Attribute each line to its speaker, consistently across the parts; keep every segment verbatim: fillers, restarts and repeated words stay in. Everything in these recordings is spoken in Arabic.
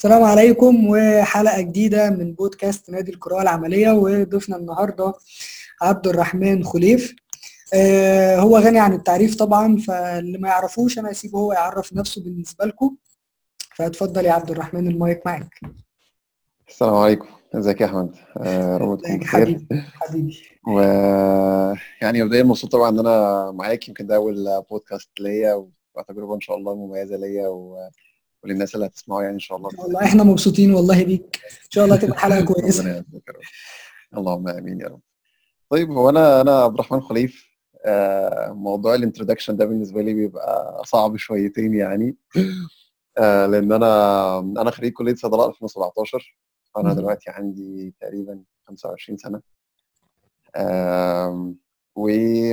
Speaker 1: السلام عليكم، وحلقة جديدة من بودكاست نادي القراءة العملية. وضيفنا النهاردة عبد الرحمن خليف. آه، هو غني عن التعريف طبعا، فاللي ما يعرفوش أنا أسيبه هو يعرف نفسه بالنسبة لكم. فاتفضل يا عبد الرحمن، المايك معك.
Speaker 2: السلام عليكم. ازيك يا احمد؟ آه رب تكون
Speaker 1: ازيك
Speaker 2: بخير.
Speaker 1: حبيبي حبيبي.
Speaker 2: و يعني مبدئيا مبسوط طبعا ان انا معاك. يمكن ده اول بودكاست ليا، وتبقى تجربه ان شاء الله مميزه ليا و... وللناس اللي هتسمعوا يعني ان شاء الله باذن
Speaker 1: والله
Speaker 2: الله.
Speaker 1: احنا مبسوطين والله بيك، ان شاء الله تبقى حلقة كويسة.
Speaker 2: ربنا يعزك يا رب. اللهم امين يا رب. طيب، هو انا انا عبد الرحمن خليف. آه موضوع الانترودكشن ده بالنسبه لي بيبقى صعب شويتين يعني. آه لان انا انا خريج كليه صيدله ألفين وسبعتاشر. انا
Speaker 1: مهم.
Speaker 2: دلوقتي عندي تقريبا خمسة وعشرين سنه. آم، و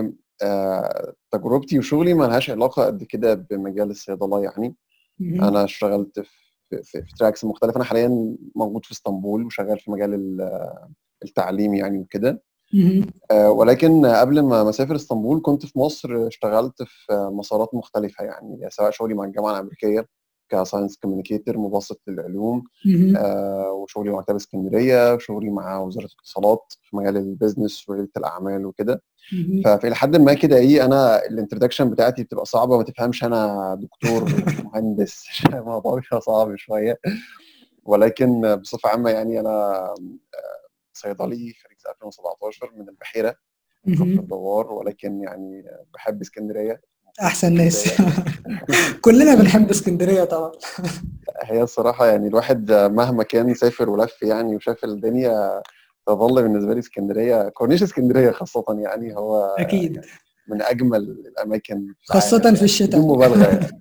Speaker 2: آه، تجربتي وشغلي ما لهاش علاقة قد كده بمجال الصيدلة يعني.
Speaker 1: مهم.
Speaker 2: أنا اشتغلت في, في, في تراكس مختلفة. أنا حاليا موجود في اسطنبول وشغال في مجال ال- التعليم يعني وكده.
Speaker 1: مهم.
Speaker 2: آه، ولكن قبل ما ما أسافر اسطنبول كنت في مصر، اشتغلت في مسارات مختلفة يعني، سواء شغلي مع الجامعة الأمريكية كساينس كوميونيكيتور مبسط للعلوم،
Speaker 1: مهم.
Speaker 2: آه، وشغلي مع مكتبة اسكندرية، وشغلي مع وزارة الاتصالات في مجال البيزنس وريادة الأعمال وكده.
Speaker 1: مهم.
Speaker 2: ففي لحد ما كده ايه، انا الانترودكشن بتاعتي بتبقى صعبه، ما تفهمش انا دكتور مهندس الموضوع بيبقى صعب شويه. ولكن بصفه عامه يعني انا صيدلي خريج ألفين وسبعتاشر من البحيره، من كفر
Speaker 1: مهم.
Speaker 2: الدوار، ولكن يعني بحب اسكندريه، مقيم في
Speaker 1: احسن ناس.
Speaker 2: اسكندريه.
Speaker 1: كلنا بنحب اسكندرية طبعا.
Speaker 2: هي الصراحه يعني الواحد مهما كان سافر ولف يعني وشاف الدنيا، تظل بالنسبه لي اسكندريه، كورنيش اسكندريه خاصه يعني، هو
Speaker 1: اكيد،
Speaker 2: من اجمل الاماكن في
Speaker 1: خاصة
Speaker 2: العالم
Speaker 1: في
Speaker 2: يعني بدون
Speaker 1: الشتاء.
Speaker 2: مبالغه يعني.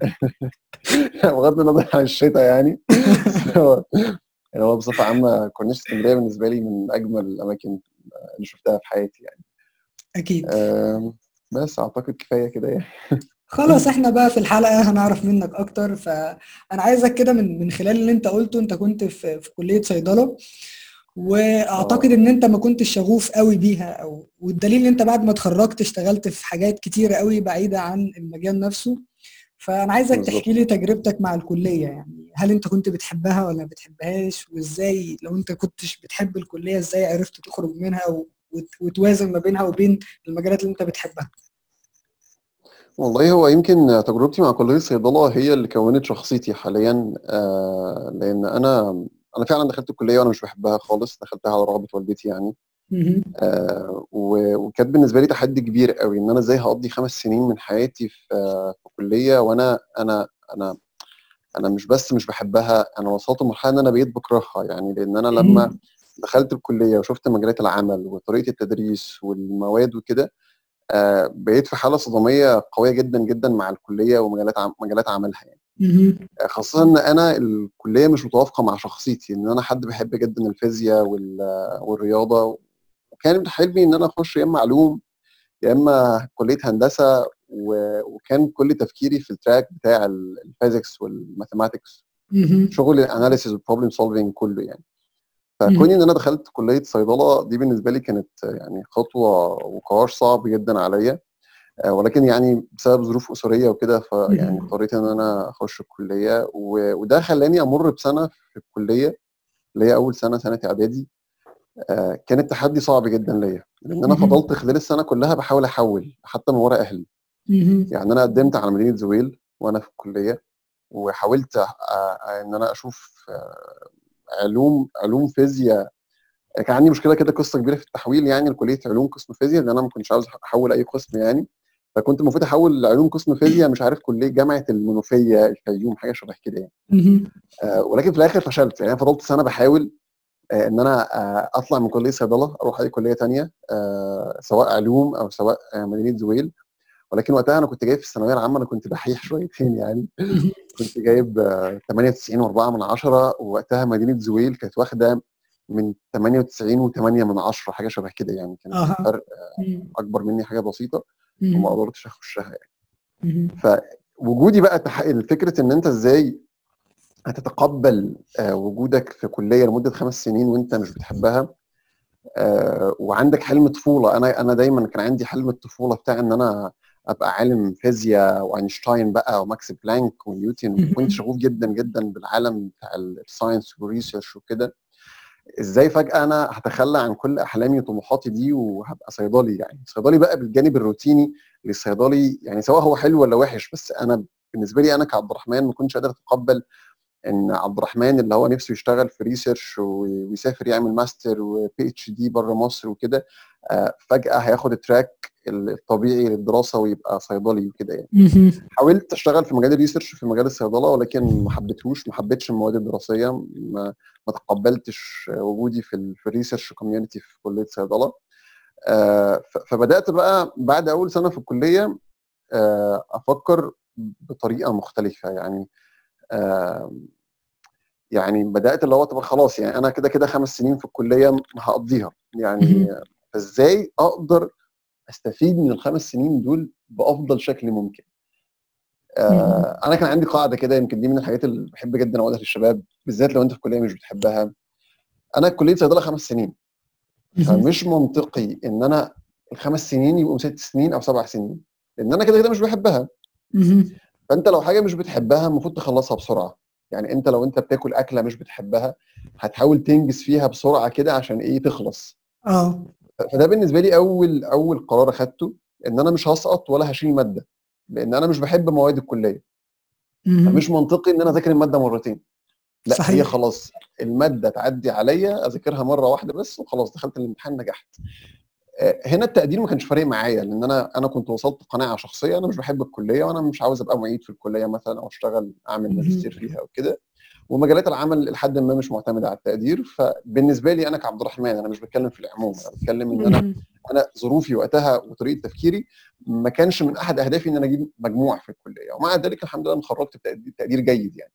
Speaker 2: بغض النظر عن الشتاء يعني. بس هو يعني هو بصفة عامة كورنيش اسكندرية بالنسبة لي من أجمل الأماكن اللي شفتها في حياتي يعني.
Speaker 1: اكيد.
Speaker 2: أم، بس أعتقد كفاية كده يعني.
Speaker 1: خلاص، احنا بقى في الحلقة هنعرف منك اكتر، فانا عايزك كده من من خلال اللي انت قلته. انت كنت في في كلية صيدلة، واعتقد
Speaker 2: اه،
Speaker 1: ان انت ما كنتش شغوف قوي بيها، او والدليل ان انت بعد ما اتخرجت اشتغلت في حاجات كتيرة قوي بعيدة عن المجال نفسه. فانا عايزك تحكي
Speaker 2: بالظبط.
Speaker 1: لي تجربتك مع الكلية، يعني هل انت كنت بتحبها ولا ما بتحبهاش؟ وازاي لو انت كنتش بتحب الكلية ازاي عرفت تخرج منها و- وت- وتوازن ما بينها وبين المجالات اللي انت بتحبها؟
Speaker 2: والله هو يمكن تجربتي مع كلية الصيدلة هي اللي كونت شخصيتي حاليا. آه لأن أنا أنا فعلا دخلت الكلية وأنا مش بحبها خالص، دخلتها على رغبة والدتي يعني.
Speaker 1: مهم.
Speaker 2: آه و- وكانت بالنسبة لي تحدي كبير قوي إن أنا إزاي هقضي خمس سنين من حياتي في, آه في كلية، وأنا أنا أنا انا مش بس مش بحبها، انا وصلت لمرحله ان انا بقيت بكرهها يعني. لان انا لما
Speaker 1: مهم.
Speaker 2: دخلت الكليه وشفت مجالات العمل وطريقه التدريس والمواد وكده، آه بقيت في حاله صداميه قويه جدا جدا مع الكليه ومجالات عم مجالات عملها يعني.
Speaker 1: مهم.
Speaker 2: آه خاصه ان انا الكليه مش متوافقه مع شخصيتي، ان انا حد بحب جدا الفيزياء وال- والرياضه. وكان حلمي ان انا اخش يا اما علوم يا اما كليه هندسه، و- وكان كل تفكيري في التراك بتاع الفيزيكس والماثيماتكس،
Speaker 1: مهم.
Speaker 2: شغل الاناليسيز والبروبلم سولفينج كله يعني. فكوني
Speaker 1: مهم.
Speaker 2: ان انا دخلت كليه صيدله دي بالنسبه لي كانت يعني خطوه وقرار صعب جدا عليا. آه، ولكن يعني بسبب ظروف اسريه وكده فيعني
Speaker 1: مهم.
Speaker 2: اضطريت ان انا اخش الكليه، و- وده خلاني امر بسنه في الكليه اللي هي اول سنه، سنه اعدادي. آه، كانت تحدي صعب جدا ليا، لان انا
Speaker 1: مهم.
Speaker 2: فضلت خلال السنه كلها بحاول احول حتى من ورا اهلي.
Speaker 1: مهم.
Speaker 2: يعني انا قدمت على مدينه زويل وانا في الكليه، وحاولت أ- أ- ان انا اشوف آه، علوم علوم فيزياء. كان عندي مشكله كده، قصه كبيره في التحويل يعني لكليه علوم قسم فيزياء، لان انا ما كنتش عاوز احول اي قسم يعني. فكنت المفروض احول علوم قسم فيزياء، مش عارف كليه جامعه المنوفيه الفيوم حاجه شبه كده يعني.
Speaker 1: مهم.
Speaker 2: آه ولكن في الاخر فشلت يعني. انا فضلت سنه بحاول آه ان انا آه اطلع من كليه صيدله اروح اي كليه تانية، آه سواء علوم او سواء آه مدينه زويل. ولكن وقتها انا كنت جايب في الثانويه العامه، انا كنت دحيح شويتين يعني.
Speaker 1: مهم.
Speaker 2: كنت جايب آه، ثمانية وتسعين فاصلة أربعة من عشرة، ووقتها مدينة زويل كانت واخدة من ثمانية وتسعين وثمانية من عشرة حاجة شبه كده يعني. كانت
Speaker 1: اها.
Speaker 2: فرق
Speaker 1: مهم.
Speaker 2: أكبر مني حاجة بسيطة، وما
Speaker 1: مهم.
Speaker 2: قدرتش أخشها يعني.
Speaker 1: مهم.
Speaker 2: فوجودي بقى تح... الفكرة إن أنت إزاي هتتقبل آه، وجودك في كلية لمدة خمس سنين وأنت مش بتحبها، آه، وعندك حلم طفولة. أنا أنا دايما كان عندي حلم الطفولة بتاع إن أنا ابقى عالم فيزياء واينشتاين بقى وماكس بلانك ونيوتن، وكنت شغوف جدا جدا بالعالم بتاع الساينس والريسيرش وكده. ازاي فجاه انا هتخلى عن كل احلامي وطموحاتي دي وهبقى صيدلي؟ يعني صيدلي بقى بالجانب الروتيني للصيدلي، يعني سواء هو حلو ولا وحش، بس انا بالنسبه لي انا كعبد الرحمن ما كنتش قادر اتقبل ان عبد الرحمن اللي هو نفسه يشتغل في ريسيرش ويسافر يعمل ماستر وبي اتش دي بره مصر وكده، آه، فجاه هياخد التراك الطبيعي للدراسه ويبقى صيدلي وكده يعني. حاولت اشتغل في مجال الريسيرش في مجال الصيدله، ولكن ما حبيتهوش، ما حبيتش المواد الدراسيه، ما ما تقبلتش وجودي في ال في الريسيرش كوميونتي في كليه صيدله. آه، ف- فبدات بقى بعد اول سنه في الكليه آه، افكر بطريقه مختلفه يعني. آه، يعني بدات اللي هو طب خلاص، يعني انا كده كده خمس سنين في الكليه هقضيها يعني، فازاي اقدر استفيد من الخمس سنين دول بافضل شكل ممكن؟ آه، انا كان عندي قاعده كده، يمكن دي من الحاجات اللي بحب جدا اقولها للشباب، بالذات لو انت في كليه مش بتحبها. انا كليه صيدله خمس سنين، فمش منطقي ان انا الخمس سنين يبقوا ست سنين او سبع سنين، لان انا كده كده مش بحبها. فانت لو حاجه مش بتحبها المفروض تخلصها بسرعه. يعني انت لو انت بتاكل اكله مش بتحبها هتحاول تنجز فيها بسرعه كده عشان ايه؟ تخلص.
Speaker 1: اه
Speaker 2: فده بالنسبه لي اول اول قرار اخدته، ان انا مش هسقط ولا هشيل ماده، لان انا مش بحب مواد الكليه. فمش منطقي ان انا اذاكر الماده مرتين، لا هي
Speaker 1: صحيح.
Speaker 2: خلاص الماده تعدي عليا اذاكرها مره واحده بس وخلاص، دخلت الامتحان نجحت. آه، هنا التقدير ما كانش فارق معايا، لان انا انا كنت وصلت قناعه شخصيه، انا مش بحب الكليه وانا مش عاوز ابقى معيد في الكليه مثلا او اشتغل اعمل ماجستير فيها او كده. ومجالات العمل لحد ما مش معتمده على التقدير. فبالنسبه لي انا كعبد الرحمن، انا مش بتكلم في العموم، انا بتكلم ان انا انا ظروفي وقتها وطريقه تفكيري ما كانش من احد اهدافي ان انا اجيب مجموع في الكليه، ومع ذلك الحمد لله انا خرجت بتقدير تقدير جيد يعني.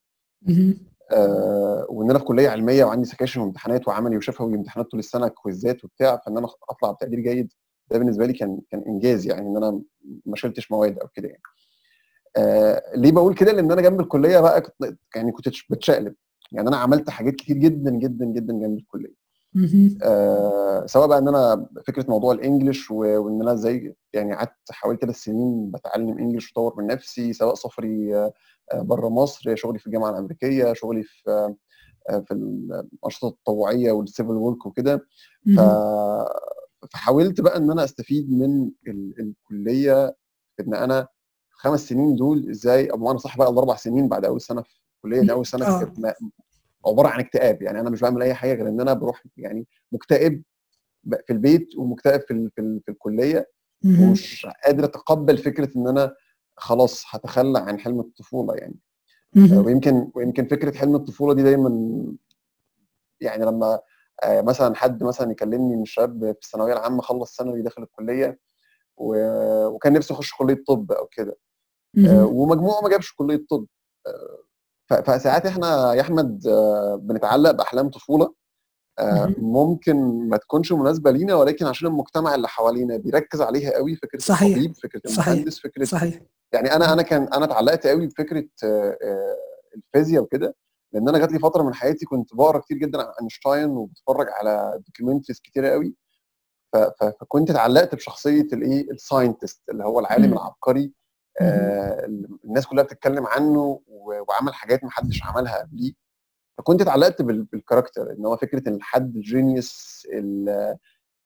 Speaker 2: آه، وان انا في كليه علميه وعندي سكاشن وامتحانات وعملي وشفوي وامتحانات طول السنه كويزات وبتاع، فان انا اطلع بتقدير جيد ده بالنسبه لي كان كان انجاز يعني، ان انا ما شلتش مواد او كده يعني. آه، ليه بقول كده؟ لان انا جنب الكليه بقى كنت يعني كنت بتشقلب، يعني انا عملت حاجات كتير جدا جدا جدا جنب الكليه. آه، سواء بقى ان انا فكره موضوع الانجليش و- وان انا ازاي يعني قعدت حوالي ثلاث سنين بتعلم انجليش وطور من نفسي، سواء سفري آه، بره مصر، شغلي في الجامعه الامريكيه، شغلي في آه، في الانشطه التطوعيه والسيفل وورك وكده. ف فحاولت بقى ان انا استفيد من ال- الكليه، ان انا خمس سنين دول ازاي، او بمعنى صح بقى الاربع سنين بعد اول سنه في الكليه، ان اول سنه
Speaker 1: اه
Speaker 2: كانت م- عباره عن اكتئاب. يعني انا مش بعمل اي حاجه غير ان انا بروح يعني مكتئب ب- في البيت ومكتئب في ال- في, ال- في الكليه، ومش قادر اتقبل فكره ان انا خلاص هتخلى عن حلم الطفوله يعني. آه، ويمكن ويمكن فكره حلم الطفوله دي دايما يعني لما آه، مثلا حد مثلا يكلمني من الشباب في الثانويه العامه خلص ثانوي داخل الكليه و- وكان نفسه يخش كليه طب او كده، آه، ومجموعه ما جابش كليه طب. آه، ف- فساعات احنا يا احمد آه، بنتعلق باحلام طفوله آه، ممكن ما تكونش مناسبه لينا، ولكن عشان المجتمع اللي حوالينا بيركز عليها قوي، فكره
Speaker 1: صحيح
Speaker 2: الطبيب، فكره
Speaker 1: صحيح
Speaker 2: المهندس، فكره
Speaker 1: صحيح.
Speaker 2: يعني انا انا كان انا اتعلقت قوي بفكره آه، آه، الفيزياء وكده، لان انا جات لي فتره من حياتي كنت بقرا كتير جدا عن اينشتاين وبتفرج على دوكيومنتريز كتيره قوي. ف- ف- فكنت اتعلقت بشخصيه الايه الساينتست اللي هو العالم العبقري. آه، الناس كلها بتتكلم عنه و- وعمل حاجات ما حدش عملها قبليه. فكنت اتعلقت بال- بالكاركتر، ان هو فكره ان الحد الجينيوس اللي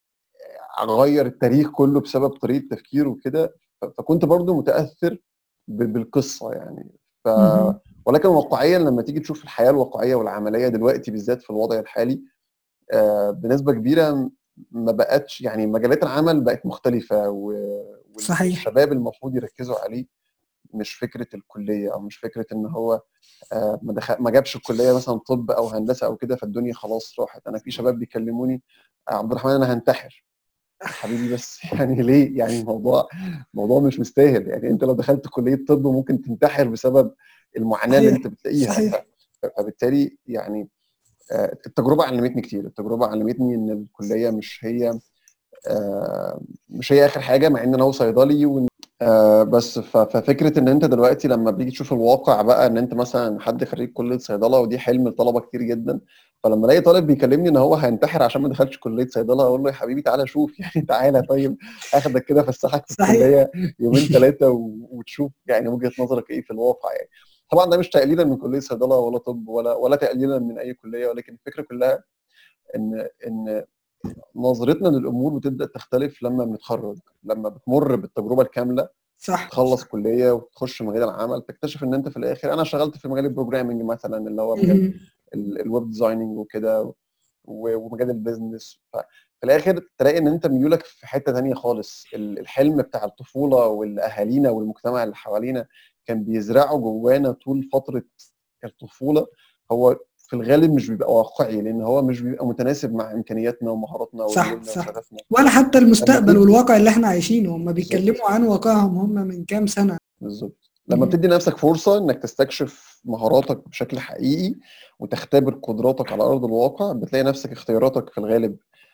Speaker 2: غير التاريخ كله بسبب طريقه تفكيره وكده. ف- فكنت برضو متاثر ب- بالقصه يعني. ف ولكن واقعيا لما تيجي تشوف الحياه الواقعيه والعمليه دلوقتي بالذات في الوضع الحالي، آه، بنسبه كبيره ما بقتش يعني مجالات العمل بقت مختلفه، و-
Speaker 1: صحيح
Speaker 2: والشباب المفروض يركزوا عليه مش فكره الكليه، او مش فكره ان هو آه، ما دخل ما جابش الكليه مثلا طب او هندسه او كده فالدنيا خلاص راحت. انا في شباب بيكلموني آه، عبد الرحمن انا هنتحر. طب حبيبي بس يعني ليه؟ يعني الموضوع الموضوع مش مستاهل. يعني انت لو دخلت كليه طب ممكن تنتحر بسبب المعاناه اللي
Speaker 1: صحيح
Speaker 2: انت بتلاقيها. ف-
Speaker 1: صحيح.
Speaker 2: فبالتالي يعني آه، التجربه علمتني كتير، التجربه علمتني ان الكليه مش هي آه، مش هي اخر حاجه، مع ان انا هو صيدلي آه بس ف- ففكره ان انت دلوقتي لما بتيجي تشوف الواقع بقى، ان انت مثلا حد خريج كليه صيدله، ودي حلم طلبه كتير جدا. فلما الاقي طالب بيكلمني ان هو هينتحر عشان ما دخلش كليه صيدله، اقول له يا حبيبي تعالى شوف يعني تعالى طيب، اخدك كده فسحك في
Speaker 1: صحيح.
Speaker 2: الكليه يومين ثلاثه وتشوف يعني وجهه نظرك ايه في الواقع يعني. طبعا ده مش تقليلا من كليه صيدله ولا طب ولا ولا تقليلا من اي كليه، ولكن الفكره كلها ان ان نظرتنا للامور بتبدا تختلف لما بنتخرج، لما بتمر بالتجربه الكامله،
Speaker 1: صح
Speaker 2: تخلص
Speaker 1: صح.
Speaker 2: كليه وتخش مجال العمل، تكتشف ان انت في الاخر. انا اشتغلت في مجال البروجرامنج مثلا، اللي هو مجال
Speaker 1: مهم.
Speaker 2: الويب ديزايننج وكده، و- ومجال البيزنس. ففي الاخر تلاقي ان انت ميولك في حته تانية خالص. ال- الحلم بتاع الطفوله واللي اهالينا والمجتمع اللي حوالينا كان بيزرعه جوانا طول فتره الطفوله، هو في الغالب مش بيبقى واقعي، لان هو مش بيبقى متناسب مع امكانياتنا ومهاراتنا
Speaker 1: صح
Speaker 2: وميولنا
Speaker 1: صح.
Speaker 2: وشغفنا.
Speaker 1: ولا حتى
Speaker 2: لما
Speaker 1: المستقبل
Speaker 2: بتدي
Speaker 1: والواقع اللي احنا عايشينه، هم
Speaker 2: بالظبط،
Speaker 1: بيتكلموا عن واقعهم هم من كام سنة.
Speaker 2: بالظبط لما
Speaker 1: مهم.
Speaker 2: بتدي نفسك فرصة انك تستكشف مهاراتك بشكل حقيقي وتختبر قدراتك على ارض الواقع، بتلاقي نفسك اختياراتك في الغالب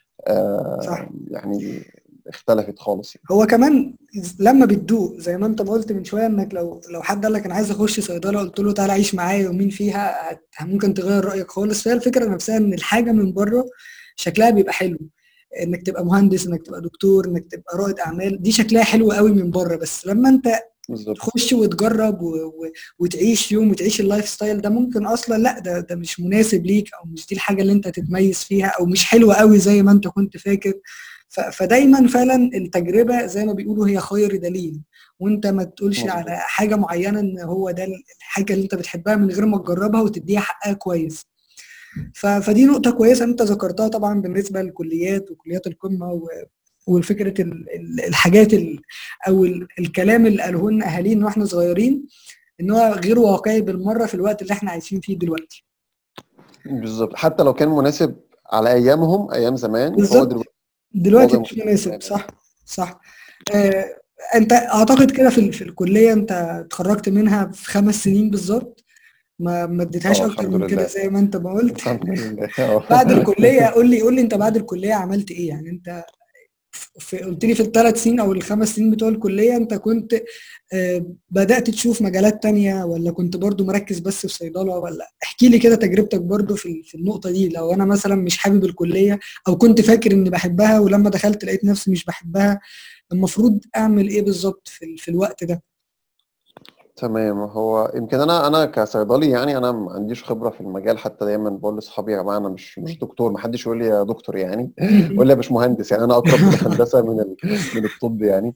Speaker 1: صح.
Speaker 2: آه يعني اختلفت خالص يعني.
Speaker 1: هو كمان لما بتدوق زي ما انت ما قلت من شويه، انك لو لو حد قال لك انا عايز اخش صيدله، قلت له تعالى عيش معايا يومين فيها، هت- ممكن تغير رايك خالص. فهي الفكره نفسها ان الحاجه من بره شكلها بيبقى حلو، انك تبقى مهندس، انك تبقى دكتور، انك تبقى رائد اعمال، دي شكلها حلو قوي من بره. بس لما انت
Speaker 2: بالظبط،
Speaker 1: تخش وتجرب و... و... وتعيش يوم وتعيش اللايف ستايل ده، ممكن اصلا لا، ده ده مش مناسب ليك، او مش دي الحاجه اللي انت تتميز فيها، او مش حلوه قوي زي ما انت كنت فاكر. ف... فدايما فعلا التجربه زي ما بيقولوا هي خير دليل. وانت ما تقولش على
Speaker 2: مظبوط.
Speaker 1: حاجه معينه ان هو ده الحاجه اللي انت بتحبها من غير ما تجربها وتديها حقها كويس. ف... فدي نقطه كويسه انت ذكرتها طبعا بالنسبه للكليات وكليات القمه و... والفكره ال- ال- الحاجات ال- او ال- الكلام اللي قاله لنا اهالينا واحنا صغيرين، ان هو غير واقعي بالمره في الوقت اللي احنا عايشين فيه دلوقتي.
Speaker 2: بالظبط حتى لو كان مناسب على ايامهم، ايام زمان، فهو
Speaker 1: بالظبط.
Speaker 2: دلوقتي
Speaker 1: دلوقتي
Speaker 2: الوضع
Speaker 1: مش
Speaker 2: مختلف
Speaker 1: مناسب.
Speaker 2: تماما.
Speaker 1: صح صح. آه، انت اعتقد كده في ال- في الكليه انت اتخرجت منها في خمس سنين بالظبط، ما ما اديتهاش
Speaker 2: اه
Speaker 1: اكتر
Speaker 2: الحمد
Speaker 1: من كده
Speaker 2: لله.
Speaker 1: زي ما انت ما قلت.
Speaker 2: الحمد لله اه.
Speaker 1: بعد الكليه قول لي قول لي انت بعد الكليه عملت ايه يعني؟ انت في قلت لي في الثلاث سنين او الخمس سنين بتوع الكليه انت كنت آه، بدأت تشوف مجالات تانية، ولا كنت برضو مركز بس في صيدلة؟ ولا احكي لي كده تجربتك برضو في في النقطة دي، لو انا مثلا مش حابب الكلية، او كنت فاكر اني بحبها ولما دخلت لقيت نفسي مش بحبها، المفروض اعمل ايه بالظبط في ال- في الوقت ده؟
Speaker 2: تمام. هو يمكن انا انا كصيدلي يعني انا ما عنديش خبره في المجال. حتى دايما بقول لاصحابي يا جماعه انا مش مش دكتور، ما حدش يقول لي يا دكتور يعني ولا يا باشمهندس يعني. انا اقرب للهندسه من ال... من الطب يعني.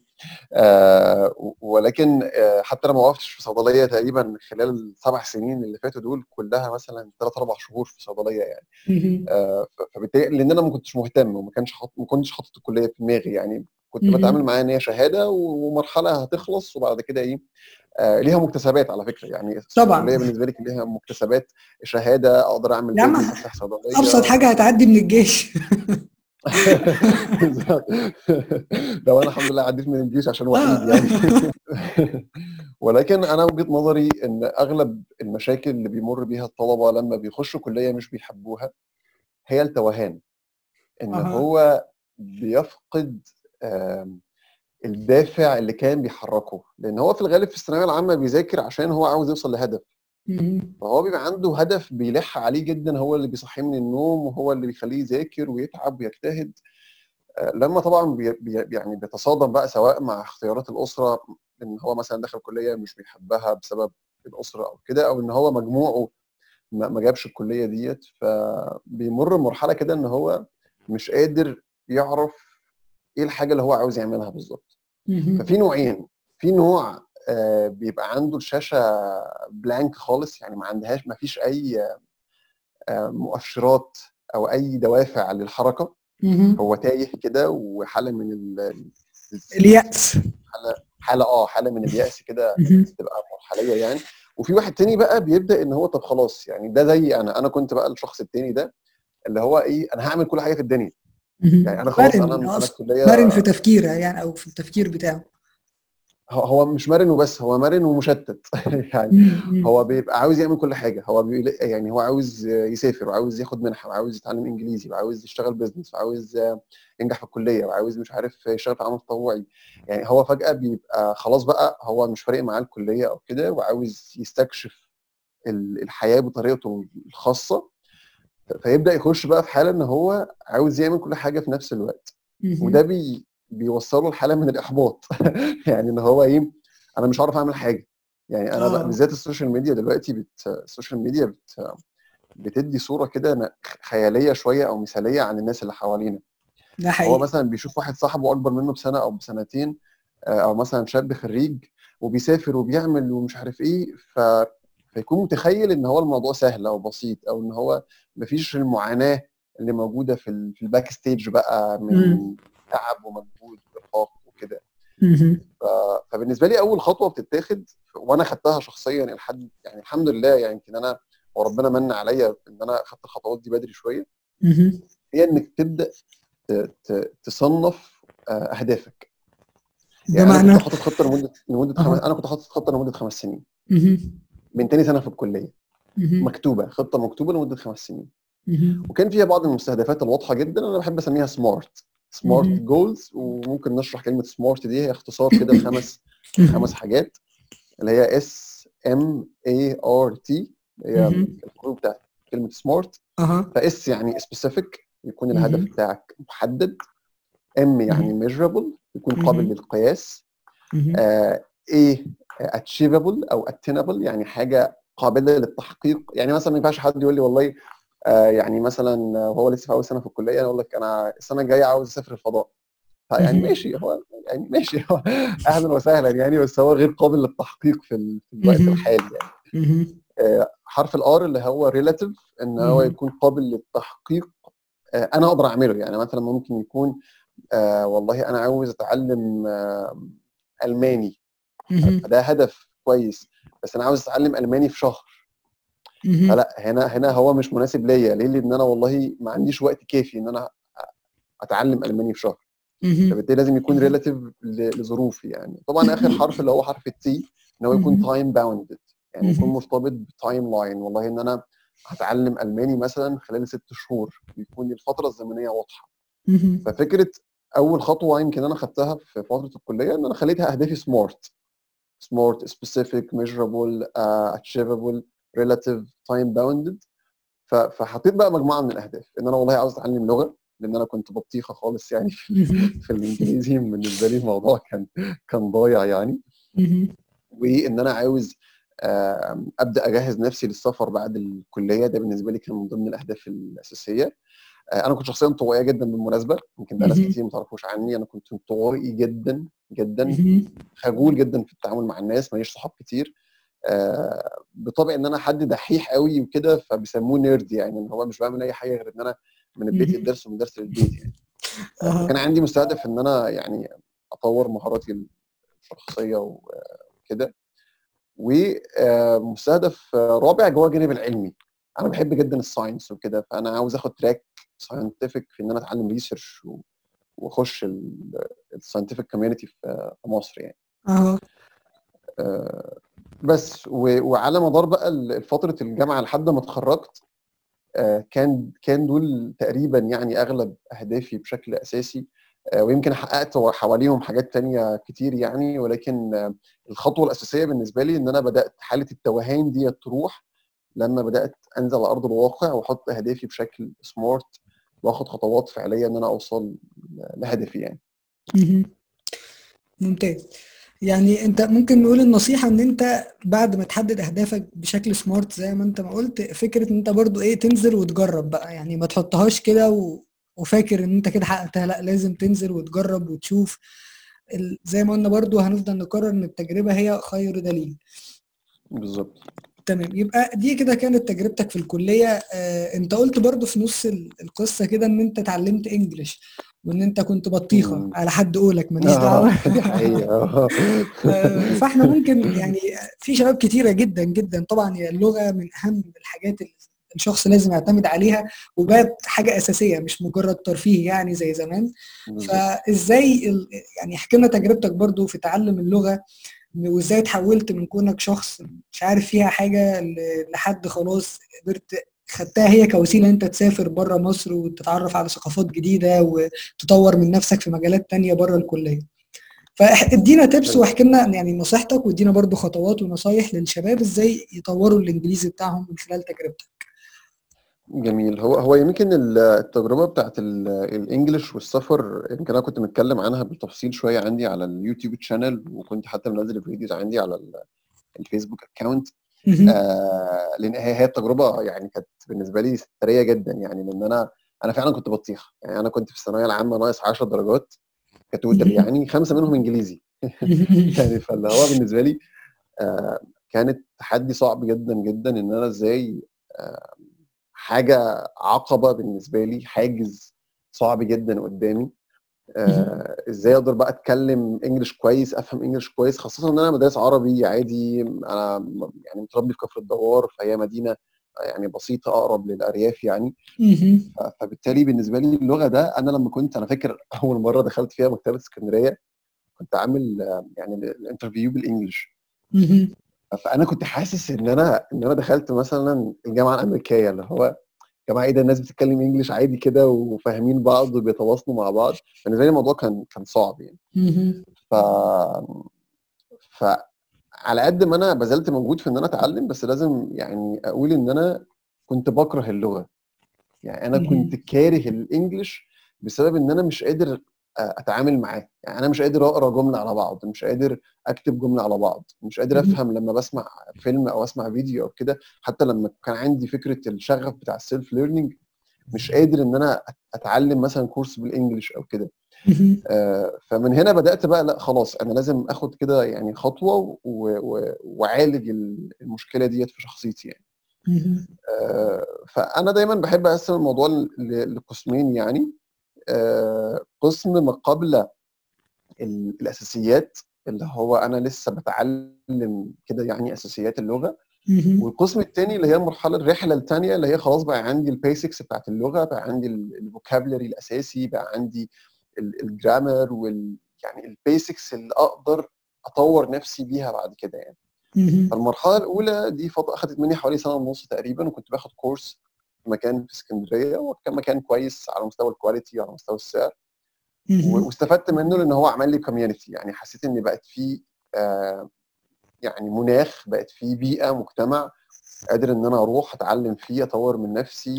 Speaker 2: آه ولكن آه حتى انا ما وقفتش في صيدليه تقريبا خلال السبع سنين اللي فاتوا دول كلها، مثلا ثلاث اربع شهور في صيدليه يعني. آه ف- فبالتالي لان انا ما كنتش مهتم وما كانش حاط ما كنتش حاطط الكليه في دماغي يعني. كنت بتعامل معاها ان هي شهاده ومرحله هتخلص وبعد كده ايه. آه ليها مكتسبات على فكره يعني.
Speaker 1: طبعا.
Speaker 2: الكليه بالنسبه لي كان ليها مكتسبات، شهاده اقدر اعمل
Speaker 1: يا عم
Speaker 2: بيزنس افتح
Speaker 1: ابسط
Speaker 2: صيدليه.
Speaker 1: حاجة هتعدي من الجيش.
Speaker 2: لو انا الحمد لله عديت من الجيش عشان وحيد
Speaker 1: اه.
Speaker 2: يعني. ولكن انا وجهة نظري ان اغلب المشاكل اللي بيمر بيها الطلبه لما بيخشوا كليه مش بيحبوها هي التوهان. ان
Speaker 1: اها.
Speaker 2: هو بيفقد آم، الدافع اللي كان بيحركه، لان هو في الغالب في الثانويه العامه بيذاكر عشان هو عاوز يوصل لهدف.
Speaker 1: مهم.
Speaker 2: فهو بيبقى عنده هدف بيلح عليه جدا، هو اللي بيصحيه من النوم وهو اللي بيخليه يذاكر ويتعب ويجتهد. آه، لما طبعا بي بي يعني بيتصادم بقى سواء مع اختيارات الاسره، ان هو مثلا دخل كليه مش بيحبها بسبب الاسره او كده، او ان هو مجموعه ما ما جابش الكليه ديت، فبيمر بمرحله كده ان هو مش قادر يعرف ايه الحاجه اللي هو عاوز يعملها بالظبط.
Speaker 1: مهم.
Speaker 2: ففي نوعين. في نوع آه، بيبقى عنده الشاشه بلانك خالص، يعني ما عندهاش ما فيش اي آه، مؤشرات او اي دوافع للحركه.
Speaker 1: مهم.
Speaker 2: هو تايه كده وحاله من ال ال-
Speaker 1: اليأس.
Speaker 2: حاله حاله اه حاله من اليأس كده،
Speaker 1: مهم.
Speaker 2: تبقى مرحليه يعني. وفي واحد تاني بقى بيبدا ان هو طب خلاص يعني، ده زي انا انا كنت بقى الشخص التاني ده، اللي هو ايه، انا هعمل كل حاجه في الدنيا.
Speaker 1: مهم.
Speaker 2: يعني انا خلاص انا
Speaker 1: مرن
Speaker 2: انا
Speaker 1: اقصد،
Speaker 2: الكليه.
Speaker 1: مرن في تفكيره يعني، او في التفكير بتاعه.
Speaker 2: هو هو مش مرن وبس، هو مرن ومشتت يعني
Speaker 1: مم.
Speaker 2: هو بيبقى عاوز يعمل كل حاجه. هو بيقول يعني هو عاوز يسافر، وعاوز ياخد منحه، وعاوز يتعلم انجليزي، وعاوز يشتغل بيزنس، وعاوز ينجح في الكليه، وعاوز مش عارف يشتغل في عمل تطوعي. يعني هو فجاه بيبقى خلاص بقى هو مش فارق معاه الكليه او كده، وعاوز يستكشف ال- الحياه بطريقته الخاصه. فيبدا يخش بقى في حاله ان هو عاوز يعمل كل حاجه في نفس الوقت. وده
Speaker 1: مم.
Speaker 2: بي بيوصله لحاله من الاحباط يعني ان هو ايه، انا مش عارف اعمل حاجه. يعني انا بقى
Speaker 1: اه
Speaker 2: بالذات السوشيال ميديا دلوقتي بت... السوشيال ميديا بت... بتدي صوره كده م- خياليه شويه او مثاليه عن الناس اللي حوالينا.
Speaker 1: ده
Speaker 2: هو
Speaker 1: حقيقي.
Speaker 2: مثلا بيشوف واحد صاحبه اكبر منه بسنه او بسنتين، آه، او مثلا شاب خريج وبيسافر وبيعمل ومش عارف ايه، ف فيكون متخيل ان هو الموضوع سهل او بسيط، او ان هو مفيش المعاناه اللي موجوده في ال... في الباك ستيج بقى
Speaker 1: مم.
Speaker 2: من تعب ومجهود وارهاق وكده.
Speaker 1: مم.
Speaker 2: ف... فبالنسبه لي اول خطوه بتتاخد، وانا خدتها شخصيا لحد يعني الحمد لله، يعني يمكن انا وربنا من عليا ان انا خدت الخطوات دي بدري شويه،
Speaker 1: مم.
Speaker 2: هي انك تبدا ت... ت... تصنف آه، اهدافك. يعني انا كنت
Speaker 1: بمعنى.
Speaker 2: حاطط خطه لمده لمده خمس
Speaker 1: اها.
Speaker 2: انا كنت حاطط خطه لمده خمس سنين
Speaker 1: مم.
Speaker 2: من تاني سنه في الكليه.
Speaker 1: مم.
Speaker 2: مكتوبه خطه مكتوبه لمده خمس سنين،
Speaker 1: مم.
Speaker 2: وكان فيها بعض المستهدفات الواضحه جدا. انا بحب اسميها سمارت سمارت
Speaker 1: مم.
Speaker 2: جولز. وممكن نشرح كلمه سمارت دي، هي اختصار كده لخمس خمس
Speaker 1: مم.
Speaker 2: حاجات، اللي هي اس ام اي ار تي، هي
Speaker 1: مم.
Speaker 2: الحروف بتاعت كلمه سمارت.
Speaker 1: اها.
Speaker 2: فاس يعني سبيسيفيك، يكون الهدف
Speaker 1: مم.
Speaker 2: بتاعك محدد. ام يعني
Speaker 1: مم.
Speaker 2: ميجرابل، يكون قابل
Speaker 1: مم.
Speaker 2: للقياس.
Speaker 1: مم.
Speaker 2: آه ايه اتشيفبل او اتينبل، يعني حاجه قابله للتحقيق. يعني مثلا ما ينفعش حد يقول لي والله آه يعني مثلا وهو لسه في اول سنه في الكليه، انا اقول لك انا السنه الجايه عاوز اسافر الفضاء. فيعني
Speaker 1: مم.
Speaker 2: ماشي، هو يعني ماشي هو اهلا وسهلا يعني، بس هو غير قابل للتحقيق في, ال... في الوقت
Speaker 1: مم.
Speaker 2: الحالي يعني.
Speaker 1: مم.
Speaker 2: آه، حرف الار اللي هو ريلاتيف، ان هو
Speaker 1: مم.
Speaker 2: يكون قابل للتحقيق. آه، انا اقدر اعمله. يعني مثلا ممكن يكون آه، والله انا عاوز اتعلم آه، الماني.
Speaker 1: مم.
Speaker 2: فده هدف كويس، بس انا عاوز اتعلم الماني في شهر.
Speaker 1: مم.
Speaker 2: فلا، هنا هنا هو مش مناسب ليا. ليه؟ لان انا والله ما عنديش وقت كافي ان انا اتعلم الماني في شهر.
Speaker 1: مم.
Speaker 2: فبالتالي لازم يكون ريلاتيف لظروفي. يعني طبعا اخر حرف اللي هو حرف التي، ان هو يكون
Speaker 1: مم.
Speaker 2: تايم باوندد، يعني يكون
Speaker 1: مم.
Speaker 2: مرتبط بتايم لاين. والله ان انا هتعلم الماني مثلا خلال ست شهور، يكون الفتره الزمنيه واضحه.
Speaker 1: مم.
Speaker 2: ففكره اول خطوه يمكن انا خدتها في فتره الكليه، ان انا خليتها اهدافي سمارت سمارت سبيسيفيك ميجرابل اتشيفبل ريلاتيف تايم باوندد. فحطيت بقى مجموعه من الاهداف، ان انا والله عاوز اتعلم لغه، لان انا كنت بطيخه خالص يعني في,
Speaker 1: مم.
Speaker 2: في الانجليزي. بالنسبه لي الموضوع كان كان ضايع يعني.
Speaker 1: مم.
Speaker 2: وان انا عاوز آم، ابدا اجهز نفسي للسفر بعد الكليه. ده بالنسبه لي كان من ضمن الاهداف الاساسيه. آه، انا كنت شخصيه انطوائيه جدا بالمناسبه، يمكن ده ناس
Speaker 1: مم.
Speaker 2: كتير ما تعرفوش عني. انا كنت انطوائي جدا جدا،
Speaker 1: مم.
Speaker 2: خجول جدا في التعامل مع الناس، ماليش صحاب كتير. آه، بطبع ان انا حد دحيح قوي وكده، فبيسموه نيرد، يعني ان هو مش بعمل اي حاجه غير ان انا من البيت
Speaker 1: مم.
Speaker 2: للدرس ومن الدرس للبيت يعني. آه،
Speaker 1: اها.
Speaker 2: فكان عندي مستهدف ان انا يعني اطور مهاراتي الشخصيه وكده. ومستهدف رابع جوه الجانب العلمي، انا بحب جدا الساينس وكده، فانا عاوز اخد تراك ساينتفك في ان انا اتعلم ريسيرش واخش الساينتفك كوميونتي في في مصر يعني.
Speaker 1: اها.
Speaker 2: آه، بس و- وعلى مدار بقى فتره الجامعه لحد ما اتخرجت، آه، كان كان دول تقريبا يعني اغلب اهدافي بشكل اساسي. آه، ويمكن حققت حواليهم حاجات تانية كتير يعني، ولكن آه، الخطوه الاساسيه بالنسبه لي ان انا بدات حاله التوهان دي تروح لما بدات انزل على ارض الواقع واحط اهدافي بشكل سمارت، واخد خطوات فعليه ان انا اوصل لهدفي يعني.
Speaker 1: مم. ممتاز. يعني انت ممكن نقول النصيحة ان انت بعد ما تحدد اهدافك بشكل سمارت زي ما انت ما قلت، فكرة ان انت برضو ايه تنزل وتجرب بقى، يعني ما تحطهاش كده و... وفاكر ان انت كده حققتها. لا، لازم تنزل وتجرب وتشوف. ال... زي ما قلنا برضو هنفضل نكرر ان التجربة هي خير دليل.
Speaker 2: بالظبط.
Speaker 1: تمام. يبقى دي كده كانت تجربتك في الكلية. آه، انت قلت برضو في نص ال- القصة كده ان انت اتعلمت انجليش، وان انت كنت بطيخة
Speaker 2: مم.
Speaker 1: على حد قولك ماليش دعوة.
Speaker 2: اه دي حقيقه آه.
Speaker 1: آه، فاحنا ممكن يعني في شباب كتيرة جدا جدا، طبعا هي اللغة من اهم الحاجات الشخص لازم يعتمد عليها، وبقت حاجه اساسيه مش مجرد ترفيه يعني زي زمان.
Speaker 2: بالظبط.
Speaker 1: فازاي ال- يعني احكي لنا تجربتك برضو في تعلم اللغه، وازاي تحولت من كونك شخص مش عارف فيها حاجه ل- لحد خلاص قدرت خدتها هي كوسيله انت تسافر بره مصر وتتعرف على ثقافات جديده وتطور من نفسك في مجالات تانية بره الكليه. فادينا تبس
Speaker 2: حلو.
Speaker 1: واحكي لنا يعني نصيحتك، وادينا برضو خطوات ونصايح للشباب ازاي يطوروا الانجليزي بتاعهم من خلال تجربتك.
Speaker 2: جميل. هو هو يمكن ال- التجربة بتاعت ال- الإنجليش والسفر، يمكن أنا كنت متكلم عنها بالتفصيل شوية عندي على اليوتيوب تشانل، وكنت حتى منزل الفيديوز عندي على ال- الفيسبوك أكاونت.
Speaker 1: مهم.
Speaker 2: آه لأن هي هي التجربة يعني كانت بالنسبة لي ثرية جدا، يعني لأن أنا أنا فعلا كنت بطيخ. يعني أنا كنت في الثانوية العامة ناقص عشر درجات كتوتال،
Speaker 1: مهم.
Speaker 2: يعني خمسة منهم إنجليزي.
Speaker 1: مهم.
Speaker 2: يعني فاللي هو بالنسبة لي آه كانت تحدي صعب جدا جدا ان انا ازاي آه حاجه عقبه بالنسبه لي، حاجز صعب جدا قدامي.
Speaker 1: مهم.
Speaker 2: آه ازاي اقدر بقى اتكلم انجليش كويس، افهم انجليش كويس، خاصه ان انا مدارس عربي عادي. انا م- يعني متربي في كفر الدوار، فهي مدينه يعني بسيطه اقرب للارياف يعني.
Speaker 1: مهم.
Speaker 2: ف- فبالتالي بالنسبه لي اللغه ده، انا لما كنت انا فاكر اول مره دخلت فيها مكتبه اسكندريه، كنت عامل آه، يعني الانترفيو بالانجلش.
Speaker 1: مهم.
Speaker 2: فانا كنت حاسس ان انا ان انا دخلت مثلا الجامعه الامريكيه، اللي هو يا جماعه ايه ده، الناس بتتكلم انجلش عادي كده وفاهمين بعض وبيتواصلوا مع بعض. بالنسبه لي الموضوع كان كان صعب يعني.
Speaker 1: مهم.
Speaker 2: ف ف على قد ما انا بذلت مجهود في ان انا اتعلم، بس لازم يعني اقول ان انا كنت بكره اللغه. يعني انا كنت
Speaker 1: مهم.
Speaker 2: كاره الانجليش بسبب ان انا مش قادر آه، اتعامل معاه. يعني انا مش قادر اقرا جمله على بعض، مش قادر اكتب جمله على بعض، مش قادر
Speaker 1: مهم.
Speaker 2: افهم لما بسمع فيلم او اسمع فيديو او كده. حتى لما كان عندي فكره الشغف بتاع السيلف ليرنينج، مش قادر ان انا أت- اتعلم مثلا كورس بالانجلش او كده.
Speaker 1: مهم.
Speaker 2: آه، فمن هنا بدات بقى، لا خلاص انا لازم اخد كده يعني خطوه و- و- واعالج المشكله ديت في شخصيتي يعني.
Speaker 1: مهم.
Speaker 2: آه، فانا دايما بحب اقسم الموضوع ل- لقسمين يعني. آه، قسم ما قبل ال- الاساسيات، اللي هو انا لسه بتعلم كده يعني اساسيات اللغه.
Speaker 1: مهم.
Speaker 2: والقسم الثاني اللي هي المرحله الرحله الثانيه، اللي هي خلاص بقى عندي البيسكس بتاعت اللغه، بقى عندي الفوكابلري الاساسي، بقى عندي الجرامر وال يعني البيسكس اللي اقدر اطور نفسي بيها بعد كده يعني.
Speaker 1: مهم.
Speaker 2: فالمرحله الاولى دي فتره اخذت مني حوالي سنه ونص تقريبا، وكنت باخد كورس في مكان في اسكندريه، وكان مكان كويس على مستوى الكواليتي وعلى مستوى السعر. و-
Speaker 1: مهم.
Speaker 2: واستفدت منه لان هو عمل لي كوميونتي. يعني حسيت ان بقت في آه يعني مناخ، بقت في بيئه، مجتمع قادر ان انا اروح اتعلم فيه، اطور من نفسي.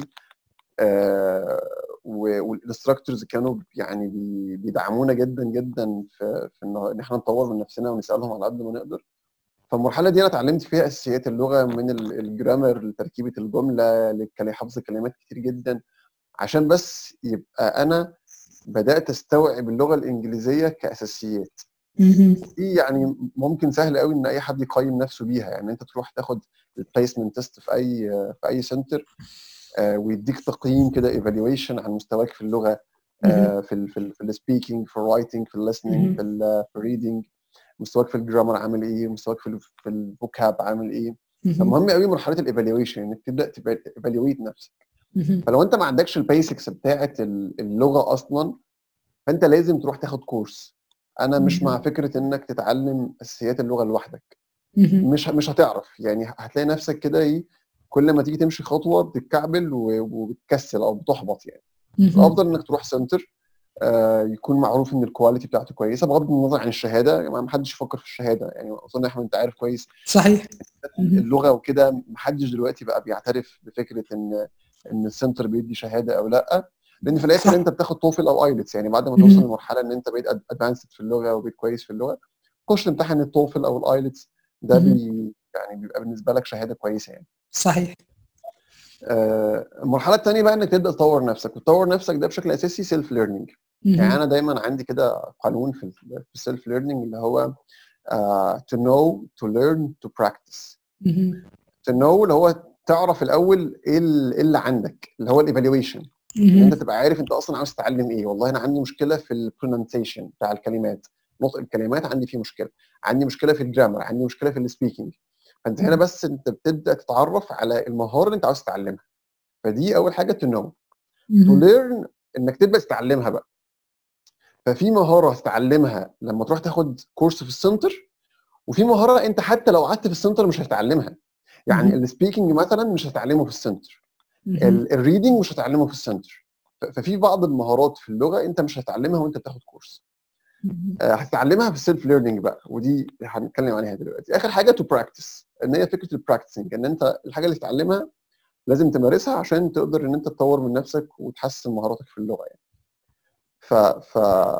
Speaker 2: آه والانستراكتورز كانوا يعني بي- بيدعمونا جدا جدا في في ان إن احنا نطور من نفسنا ونسالهم على قد ما نقدر. فالمرحله دي انا اتعلمت فيها اساسيات اللغه، من ال- الجرامر لتركيبه الجمله لحفظ كلمات كتير جدا، عشان بس يبقى انا بدات استوعب اللغه الانجليزيه كاساسيات.
Speaker 1: مهم.
Speaker 2: ودي يعني ممكن سهل قوي ان اي حد يقيم نفسه بيها. يعني انت تروح تاخد البليسمنت تيست في اي في اي سنتر، آه، ويديك تقييم كده ايفالويشن عن مستواك في اللغه،
Speaker 1: مهم.
Speaker 2: آه، في ال في ال في السبيكينج، في الرايتنج، في الليسننج،
Speaker 1: مهم.
Speaker 2: في الريدنج. مستواك في الجرامر عامل ايه، مستواك في ال في الفوكاب عامل ايه.
Speaker 1: مهم.
Speaker 2: فمهم قوي مرحله الايفالويشن، انك تبدا تيفالويت نفسك.
Speaker 1: مهم.
Speaker 2: فلو انت ما عندكش البيسكس بتاعه اللغه اصلا، فانت لازم تروح تاخد كورس. انا مش مع
Speaker 1: مهم.
Speaker 2: فكره انك تتعلم اساسيات اللغه لوحدك.
Speaker 1: مهم.
Speaker 2: مش مش هتعرف، يعني هتلاقي نفسك كده ايه، كل ما تيجي تمشي خطوه بتتكعبل و- وبتكسل او بتحبط يعني.
Speaker 1: مهم.
Speaker 2: الافضل انك تروح سنتر آه، يكون معروف ان الكواليتي بتاعته كويسه، بغض النظر عن الشهاده. يعني ما حدش يفكر في الشهاده، يعني اظن احمد انت عارف كويس
Speaker 1: صحيح. مهم.
Speaker 2: اللغه وكده. ما حدش دلوقتي بقى بيعترف بفكره ان ان السنتر بيدي شهاده او لا، لان في الاخر
Speaker 1: صح.
Speaker 2: انت بتاخد توفل او ايلتس. يعني بعد ما توصل
Speaker 1: مهم.
Speaker 2: لمرحله ان انت بقيت ادفانسد في اللغه وبقيت كويس في اللغه، خش تمتحن التوفل او الايلتس. ده
Speaker 1: مهم.
Speaker 2: بي يعني بيبقى بالنسبه لك شهاده كويسه يعني.
Speaker 1: صحيح.
Speaker 2: آه، المرحله الثانيه بقى انك تبدا تطور نفسك، وتطور نفسك ده بشكل اساسي سيلف ليرنينج. يعني
Speaker 1: مهم.
Speaker 2: انا دايما عندي كده قانون في السيلف ليرنينج، اللي هو uh, to know to learn to practice.
Speaker 1: مهم.
Speaker 2: to know اللي هو تعرف الاول ايه ال- إيه اللي عندك، اللي هو الايفالويشن. ان انت
Speaker 1: مهم.
Speaker 2: تبقى عارف انت اصلا عاوز تتعلم ايه. والله انا عندي مشكله في البرونانسيشن بتاع الكلمات، نطق الكلمات عندي فيه مشكله. عندي مشكله في الجرامر، عندي مشكله في السبيكينج. فانت هنا بس انت بتبدا تتعرف على المهاره اللي انت عاوز تتعلمها. فدي اول حاجه to know. to
Speaker 1: مهم.
Speaker 2: learn انك تبدا تتعلمها بقى. ففي مهاره تتعلمها لما تروح تاخد كورس في السنتر، وفي مهاره انت حتى لو قعدت في السنتر مش هتتعلمها. يعني
Speaker 1: مهم.
Speaker 2: السبيكنج مثلا مش هتتعلمه في السنتر،
Speaker 1: مهم.
Speaker 2: الريدنج مش هتتعلمه في السنتر. ف- ففي بعض المهارات في اللغه انت مش هتتعلمها وانت بتاخد كورس،
Speaker 1: مهم.
Speaker 2: آه، هتتعلمها في السيلف ليرنينج بقى، ودي هنتكلم عليها دلوقتي. اخر حاجه تو براكتس، ان هي فكره البراكتسنج، ان انت الحاجه اللي تتعلمها لازم تمارسها عشان تقدر ان انت تطور من نفسك وتحسن مهاراتك في اللغه يعني. ف ف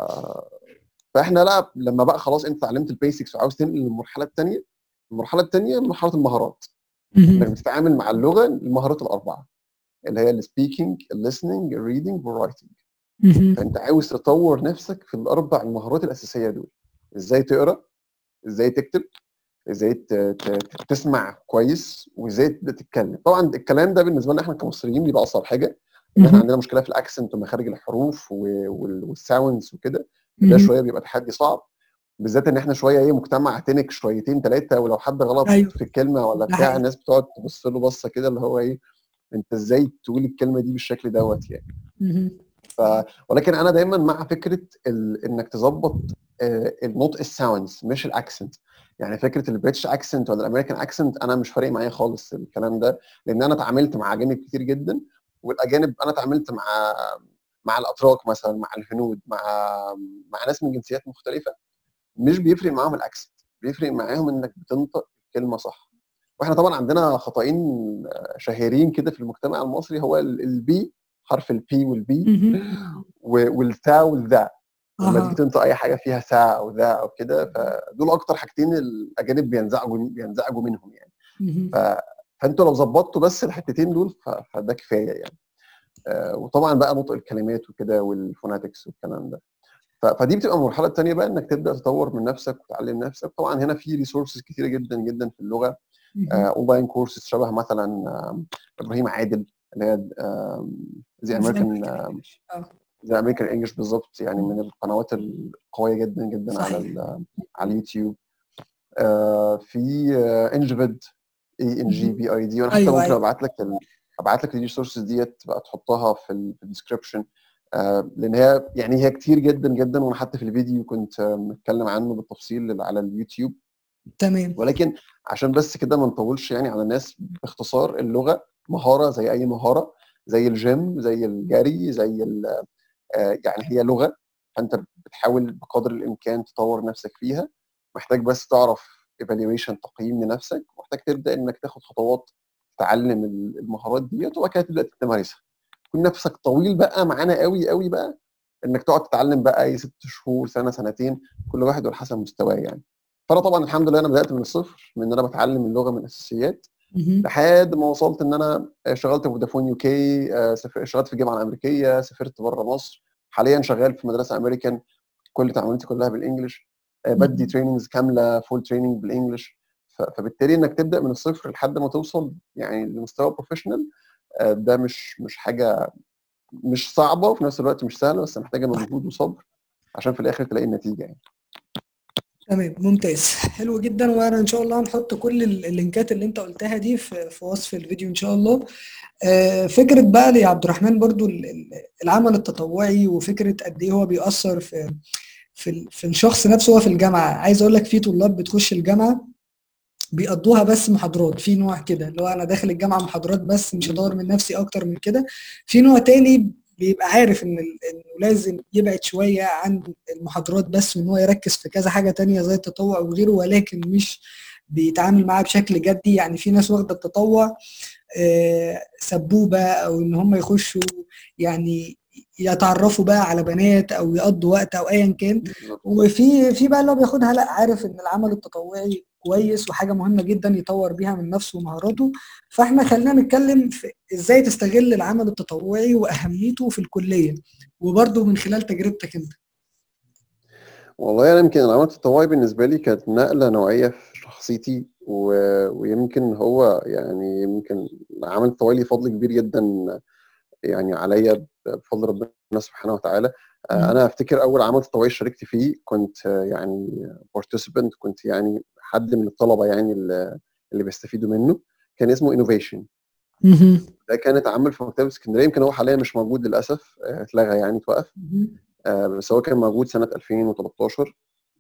Speaker 2: فاحنا لا لما بقى خلاص انت اتعلمت البيسكس وعاوز تنقل للمرحله الثانيه، المرحله الثانيه مرحله المهارات، انك
Speaker 1: مهم.
Speaker 2: بتتعامل مع اللغه المهارات الاربعه اللي هي السبيكنج، الليسننج، الريدنج، والرايتنج.
Speaker 1: مهم.
Speaker 2: فانت عاوز تطور نفسك في الاربع المهارات الاساسيه دول. ازاي تقرا، ازاي تكتب، ازاي ت- ت- تسمع كويس، وازاي تبدا تتكلم. طبعا الكلام ده بالنسبه لنا احنا كمصريين بيبقى اصعب حاجه، ان احنا
Speaker 1: مهم.
Speaker 2: عندنا مشكله في الاكسنت ومخارج الحروف والساوندز وكده. ده
Speaker 1: مهم.
Speaker 2: شويه بيبقى تحدي صعب، بالذات ان احنا شويه ايه مجتمع تنك شويتين ثلاثه، ولو حد غلط
Speaker 1: ايوه
Speaker 2: في الكلمه ولا
Speaker 1: ده
Speaker 2: بتاع
Speaker 1: حقيقي.
Speaker 2: الناس بتقعد تبص له بصه كده اللي هو ايه، انت ازاي تقول الكلمه دي بالشكل دوت يعني.
Speaker 1: مهم.
Speaker 2: ف... ولكن انا دايما مع فكره ال... انك تظبط آه، النطق الساوندز مش الاكسنت. يعني فكره البريتش اكسنت ولا الامريكان اكسنت انا مش فارق معايا خالص الكلام ده، لان انا اتعاملت مع اجانب كتير جدا، والاجانب انا اتعاملت مع مع الاتراك مثلا، مع الهنود، مع مع ناس من جنسيات مختلفه. مش بيفرق معاهم الاكسنت، بيفرق معاهم انك بتنطق الكلمه صح. واحنا طبعا عندنا خطأين شهيرين كده في المجتمع المصري، هو البي، حرف البي والبي،
Speaker 1: مهم.
Speaker 2: والثا والذا. لما تيجي
Speaker 1: اها.
Speaker 2: تنطق اي حاجه فيها ثا او ذا او كده، فدول اكتر حاجتين الاجانب بينزعجوا بينزعجوا منهم يعني.
Speaker 1: مهم.
Speaker 2: ف... فانتوا لو ظبطتوا بس الحتتين دول ف... فده كفايه يعني. آه، وطبعا بقى نطق الكلمات وكده والفوناتكس والكلام ده. ف... فدي بتبقى المرحله الثانيه بقى، انك تبدا تطور من نفسك وتعلم نفسك. طبعا هنا في ريسورسز كتيره جدا جدا في اللغه،
Speaker 1: مهم.
Speaker 2: اونلاين كورسز شبه مثلا آه، ابراهيم عادل، اللي هي زي
Speaker 1: زي
Speaker 2: امريكان
Speaker 1: امريكان انجلش اه.
Speaker 2: زي امريكان انجلش بالظبط، يعني من القنوات القويه جدا جدا على
Speaker 1: صحيح.
Speaker 2: ال- على اليوتيوب. آه، في انجفيد، اي ان جي
Speaker 1: مهم.
Speaker 2: بي اي دي، وانا حتى
Speaker 1: ايوه
Speaker 2: ممكن
Speaker 1: ايوه.
Speaker 2: ابعت لك ال... ابعت لك الريسورسز ديت تبقى تحطها في الديسكربشن، لان هي يعني هي كتير جدا جدا، وانا حتى في الفيديو كنت آه، متكلم عنه بالتفصيل على اليوتيوب.
Speaker 1: تمام.
Speaker 2: ولكن عشان بس كده ما نطولش يعني على الناس، باختصار اللغه مهاره زي اي مهاره، زي الجيم، زي الجري، زي ال... آه، يعني هي لغه، فانت بتحاول بقدر الامكان تطور نفسك فيها. محتاج بس تعرف ايفالويشن، تقييم لنفسك، محتاج تبدا انك تاخد خطوات تتعلم المهارات ديت، وبعد كده تبدا تمارسها. يكون نفسك طويل بقى معانا قوي قوي بقى، انك تقعد تتعلم بقى اي ست شهور، سنه، سنتين، كل واحد على حسب مستواه يعني. فانا طبعا الحمد لله انا بدات من الصفر، من ان انا بتعلم اللغه من الاساسيات
Speaker 1: مهم.
Speaker 2: لحد ما وصلت ان انا شغلت في فودافون يو كي، آه، سافر- اشتغلت في الجامعه الامريكيه، سافرت بره مصر، حاليا شغال في مدرسه امريكان، كل تعاملاتي كلها بالانجلش، آه، بدي
Speaker 1: مهم.
Speaker 2: تريننجز كامله فول تريننج بالانجلش. ف- فبالتالي انك تبدا من الصفر لحد ما توصل يعني لمستوى بروفيشنال، ده مش مش حاجه مش صعبه، وفي نفس الوقت مش سهله، بس محتاجه مجهود وصبر عشان في الاخر تلاقي النتيجه يعني.
Speaker 1: تمام ممتاز حلو جدا. وانا ان شاء الله هنحط كل ال- اللينكات اللي انت قلتها دي في في وصف الفيديو ان شاء الله. آه، فكره بقى يا عبد الرحمن برضو ال- ال- العمل التطوعي، وفكره قد ايه هو بيأثر في في ال- في الشخص نفسه. هو في الجامعه عايز اقول لك في طلاب بتخش الجامعه بيقضوها بس محاضرات، في نوع كده اللي هو انا داخل الجامعه محاضرات بس مش هطور من نفسي اكتر من كده. في نوع تاني بيبقى عارف ان ال- انه لازم يبعد شويه عن المحاضرات بس، وان هو يركز في كذا حاجه تانية زي التطوع وغيره، ولكن مش بيتعامل معاه بشكل جدي. يعني في ناس واخده التطوع آه، سبوبه، او ان هم يخشوا يعني يتعرفوا بقى على بنات او يقضوا وقت او ايا كان.
Speaker 2: بالظبط.
Speaker 1: وفي في بقى اللي هو بياخدها لا، عارف ان العمل التطوعي كويس وحاجه مهمه جدا يطور بيها من نفسه ومهاراته. فاحنا خلينا نتكلم في ازاي تستغل العمل التطوعي واهميته في الكليه، وبرضه من خلال تجربتك انت.
Speaker 2: والله انا يمكن العمل التطوعي بالنسبه لي كانت نقله نوعيه في شخصيتي، و... ويمكن هو يعني يمكن العمل التطوعي ليه فضل كبير جدا يعني عليا بفضل ربنا سبحانه وتعالى. آه،
Speaker 1: مهم.
Speaker 2: انا افتكر اول عمل تطوعي شاركت فيه كنت آه، يعني بارتيسيبنت، كنت يعني حد من الطلبه يعني اللي اللي بيستفيدوا منه. كان اسمه انوفيشن.
Speaker 1: مهم.
Speaker 2: ده كان اتعمل في مكتبه اسكندريه، يمكن هو حاليا مش موجود للاسف، آه، اتلغى يعني، اتوقف.
Speaker 1: مهم.
Speaker 2: آه، بس هو كان موجود سنه ألفين وتلتاشر،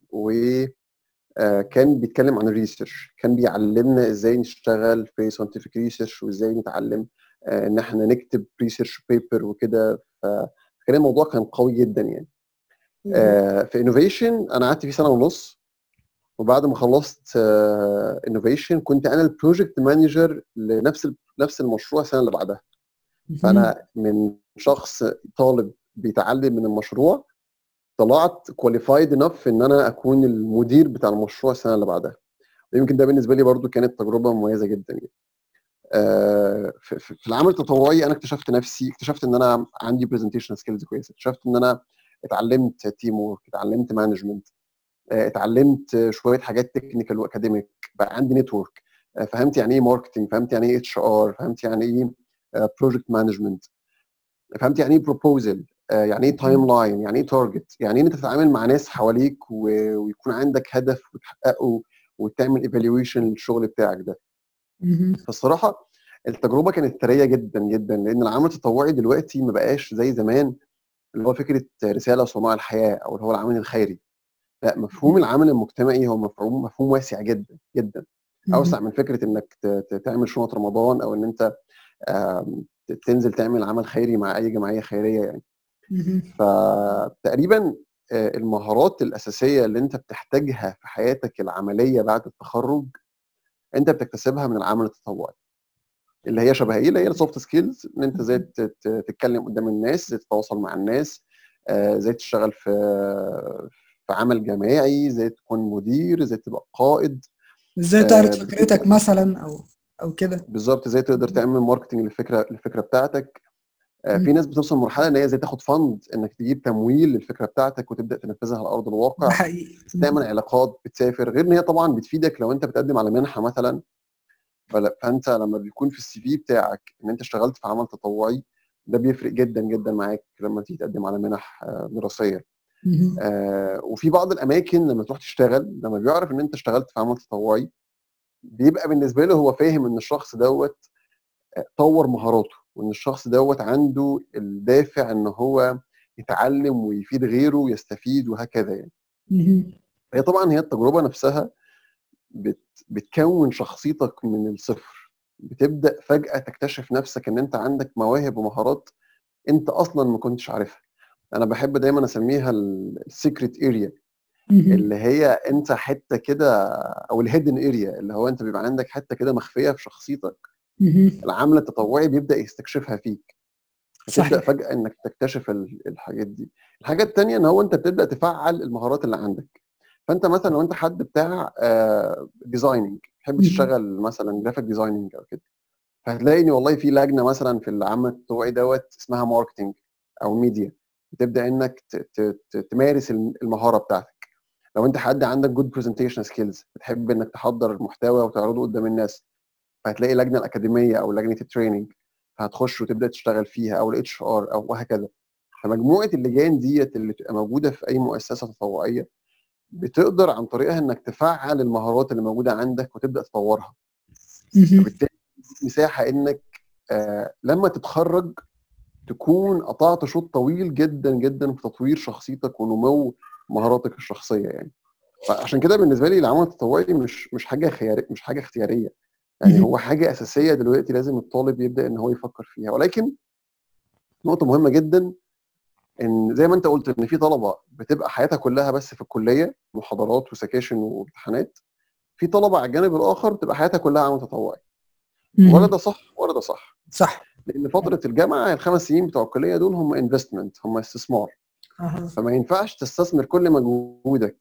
Speaker 2: وكان بيتكلم عن الريسيرش، كان بيعلمنا ازاي نشتغل في ساينتفك ريسيرش، وازاي نتعلم آه، ان احنا نكتب ريسيرش بيبر وكده. فكان الموضوع كان قوي جدا يعني.
Speaker 1: مهم.
Speaker 2: آه، في انوفيشن انا قعدت فيه سنه ونص، وبعد ما خلصت انوفيشن كنت انا البروجكت مانجر لنفس ال- نفس المشروع السنه اللي بعدها.
Speaker 1: مهم.
Speaker 2: فانا من شخص طالب بيتعلم من المشروع، طلعت كواليفايد انف ان انا اكون المدير بتاع المشروع السنه اللي بعدها. ويمكن ده بالنسبه لي برضو كانت تجربه مميزه جدا يعني. آه، في في- في العمل التطوعي انا اكتشفت نفسي، اكتشفت ان انا عندي برزنتيشن سكيلز كويسه، اكتشفت ان انا اتعلمت تيم وورك، اتعلمت مانجمنت، اتعلمت شويه حاجات تكنيكال واكاديميك، بقى عندي نتورك، فهمت يعني ايه ماركتنج، فهمت يعني ايه اتش ار، فهمت يعني ايه بروجكت مانجمنت، فهمت يعني ايه بروبوزل، يعني ايه تايم لاين، يعني ايه تارجت، يعني ايه انت تتعامل مع ناس حواليك و- ويكون عندك هدف وتحققه وتعمل ايفالويشن للشغل بتاعك ده.
Speaker 1: مهم.
Speaker 2: فالصراحه التجربه كانت ثريه جدا جدا، لان العمل التطوعي دلوقتي ما بقاش زي زمان، اللي هو فكره رساله صناع الحياه او اللي هو العمل الخيري. لا، مفهوم العمل المجتمعي هو مفهوم مفهوم واسع جدا جدا،
Speaker 1: مهم.
Speaker 2: اوسع من فكره انك ت- ت- تعمل شنط رمضان، او ان انت آم، ت- تنزل تعمل عمل خيري مع اي جمعيه خيريه يعني.
Speaker 1: مهم.
Speaker 2: فتقريبا آه، المهارات الاساسيه اللي انت بتحتاجها في حياتك العمليه بعد التخرج انت بتكتسبها من العمل التطوعي، اللي هي شبه ايه، اللي هي السوفت سكيلز، ان انت ازاي ت- ت- تتكلم قدام الناس، ازاي تتواصل مع الناس، آه، ازاي تشتغل في في عمل جماعي، ازاي تكون مدير، ازاي تبقى قائد.
Speaker 1: ازاي تعرض
Speaker 2: آه، بتبدا
Speaker 1: فكرتك مثلا او او كده.
Speaker 2: بالظبط ازاي تقدر تعمل ماركتنج للفكره للفكره بتاعتك. آه، في ناس بتوصل لمرحله ان هي ازاي تاخد فند انك تجيب تمويل للفكره بتاعتك وتبدا تنفذها على ارض
Speaker 1: ده
Speaker 2: الواقع.
Speaker 1: حقيقي.
Speaker 2: تعمل علاقات، بتسافر، غير ان هي طبعا بتفيدك لو انت بتقدم على منحه مثلا. فلا- فانت لما بيكون في السي في بتاعك ان انت اشتغلت في عمل تطوعي، ده بيفرق جدا جدا معاك لما تيجي تقدم على منح آه، دراسيه.
Speaker 1: مهم.
Speaker 2: آه، وفي بعض الاماكن لما تروح تشتغل، لما بيعرف ان انت اشتغلت في عمل تطوعي، بيبقى بالنسبه له هو فاهم ان الشخص دوت آه، طور مهاراته، وان الشخص دوت عنده الدافع ان هو يتعلم ويفيد غيره ويستفيد وهكذا يعني.
Speaker 1: مهم.
Speaker 2: هي طبعا هي التجربه نفسها بت بتكون شخصيتك من الصفر، بتبدا فجاه تكتشف نفسك ان انت عندك مواهب ومهارات انت اصلا ما كنتش عارفها. انا بحب دايما اسميها السيكريت اريا،
Speaker 1: مهم.
Speaker 2: اللي هي انت حته كده، او الهيدن اريا، اللي هو انت بيبقى عندك حته كده مخفيه في شخصيتك،
Speaker 1: مهم.
Speaker 2: العمل التطوعي بيبدا يستكشفها فيك، فتبدا
Speaker 1: صحيح.
Speaker 2: فجاه انك تكتشف ال- الحاجات دي. الحاجه التانيه ان هو انت بتبدا تفعل المهارات اللي عندك. فانت مثلا لو انت حد بتاع ديزايننج، تحب
Speaker 1: مهم.
Speaker 2: تشتغل مثلا جرافيك ديزايننج او كده، فهتلاقي ان والله في لجنه مثلا في العمل التطوعي دوت اسمها ماركتنج او ميديا، بتبدا انك ت- ت- ت- تمارس الم- المهاره بتاعتك. لو انت حد عندك جود برزنتيشن سكيلز، بتحب انك تحضر المحتوى وتعرضه قدام الناس، فهتلاقي لجنه الاكاديميه او لجنه التريننج، فهتخش وتبدا تشتغل فيها، او الاتش ار او وهكذا. فمجموعه اللجان ديت اللي بتبقى موجوده في اي مؤسسه تطوعيه، بتقدر عن طريقها انك تفعل المهارات اللي موجوده عندك وتبدا تطورها.
Speaker 1: مهم.
Speaker 2: فبالتالي بتديك مساحه انك آه لما تتخرج تكون قطعت شوط طويل جدا جدا في تطوير شخصيتك ونمو مهاراتك الشخصيه يعني. فعشان كده بالنسبه لي العمل التطوعي مش مش حاجه خياري، مش حاجه اختياريه، يعني
Speaker 1: مهم.
Speaker 2: هو حاجه اساسيه دلوقتي لازم الطالب يبدا ان هو يفكر فيها. ولكن نقطه مهمه جدا، ان زي ما انت قلت ان في طلبه بتبقى حياتها كلها بس في الكليه، محاضرات وسكاشن وامتحانات، في طلبه على الجانب الاخر بتبقى حياتها كلها عمل تطوعي. ولا
Speaker 1: مهم.
Speaker 2: ده صح ولا ده صح،
Speaker 1: صح.
Speaker 2: لان فتره الجامعه الخمس سنين بتوع الكليه دول هم انفستمنت، هم استثمار.
Speaker 1: أها.
Speaker 2: فما ينفعش تستثمر كل مجهودك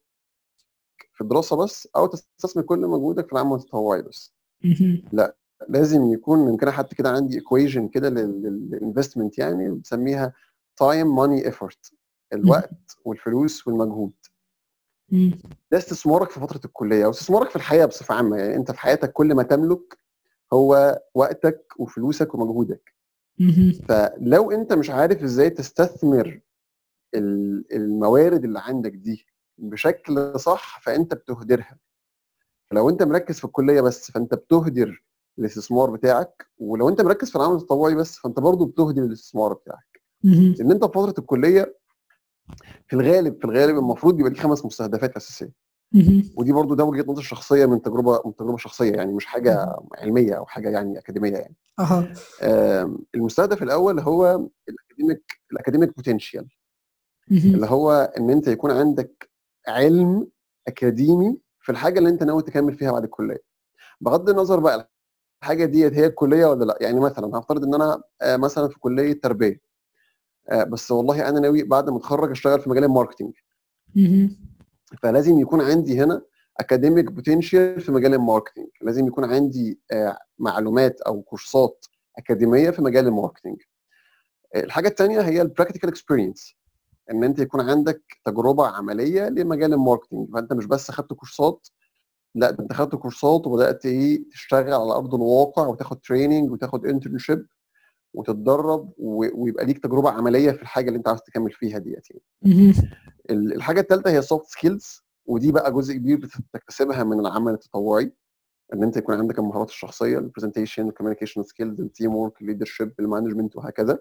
Speaker 2: في الدراسه بس، او تستثمر كل مجهودك في العمل التطوعي بس.
Speaker 1: مهم.
Speaker 2: لا، لازم يكون، يمكن حتى كده عندي ايكويشن كده للانفستمنت، يعني بسميها تايم ماني ايفورت،
Speaker 1: مهم.
Speaker 2: الوقت والفلوس والمجهود.
Speaker 1: مهم.
Speaker 2: ده استثمارك في فتره الكليه، او استثمارك في الحياه بصفه عامه. يعني انت في حياتك كل ما تملك هو وقتك وفلوسك ومجهودك.
Speaker 1: مهم.
Speaker 2: فلو انت مش عارف ازاي تستثمر ال- الموارد اللي عندك دي بشكل صح، فانت بتهدرها. لو انت مركز في الكليه بس، فانت بتهدر الاستثمار بتاعك. ولو انت مركز في العمل التطوعي بس فانت برضو بتهدي الاستثمار بتاعك،
Speaker 1: مهم.
Speaker 2: لان انت في فتره الكليه في الغالب في الغالب المفروض يبقى ليك خمس مستهدفات اساسيه.
Speaker 1: مهم.
Speaker 2: ودي برضو ده وجهه نظر شخصيه من تجربه من تجربه شخصيه، يعني مش حاجه
Speaker 1: مهم.
Speaker 2: علميه او حاجه يعني اكاديميه يعني.
Speaker 1: اها.
Speaker 2: آم، المستهدف الاول هو الاكاديميك الاكاديميك بوتنشال،
Speaker 1: مهم.
Speaker 2: اللي هو ان انت يكون عندك علم اكاديمي في الحاجه اللي انت ناوي تكمل فيها بعد الكليه، بغض النظر بقى الحاجه ديت هي الكليه ولا لا. يعني مثلا هفترض ان انا آه، مثلا في كليه تربيه، آه، بس والله انا ناوي بعد ما اتخرج اشتغل في مجال الماركتنج،
Speaker 1: مهم.
Speaker 2: فلازم يكون عندي هنا اكاديميك بوتنشال في مجال الماركتنج، لازم يكون عندي آه، معلومات او كورسات اكاديميه في مجال الماركتنج. الحاجه الثانيه هي البراكتيكال اكسبيرينس، ان انت يكون عندك تجربه عمليه لمجال الماركتنج، فانت مش بس خدت كورسات، لا ده انت خدت كورسات وبدات ايه تشتغل على ارض الواقع وتاخد تريننج وتاخد انترنشيب وتتدرب و- ويبقى ليك تجربه عمليه في الحاجه اللي انت عاوز تكمل فيها ديت يعني.
Speaker 1: مهم.
Speaker 2: ال- الحاجه الثالثه هي سوفت سكيلز، ودي بقى جزء كبير بتكتسبها من العمل التطوعي، ان انت يكون عندك المهارات الشخصيه، البرزنتيشن، الكوميونيكيشن سكيلز، التيم ورك، الليدرشيب، المانجمنت، وهكذا.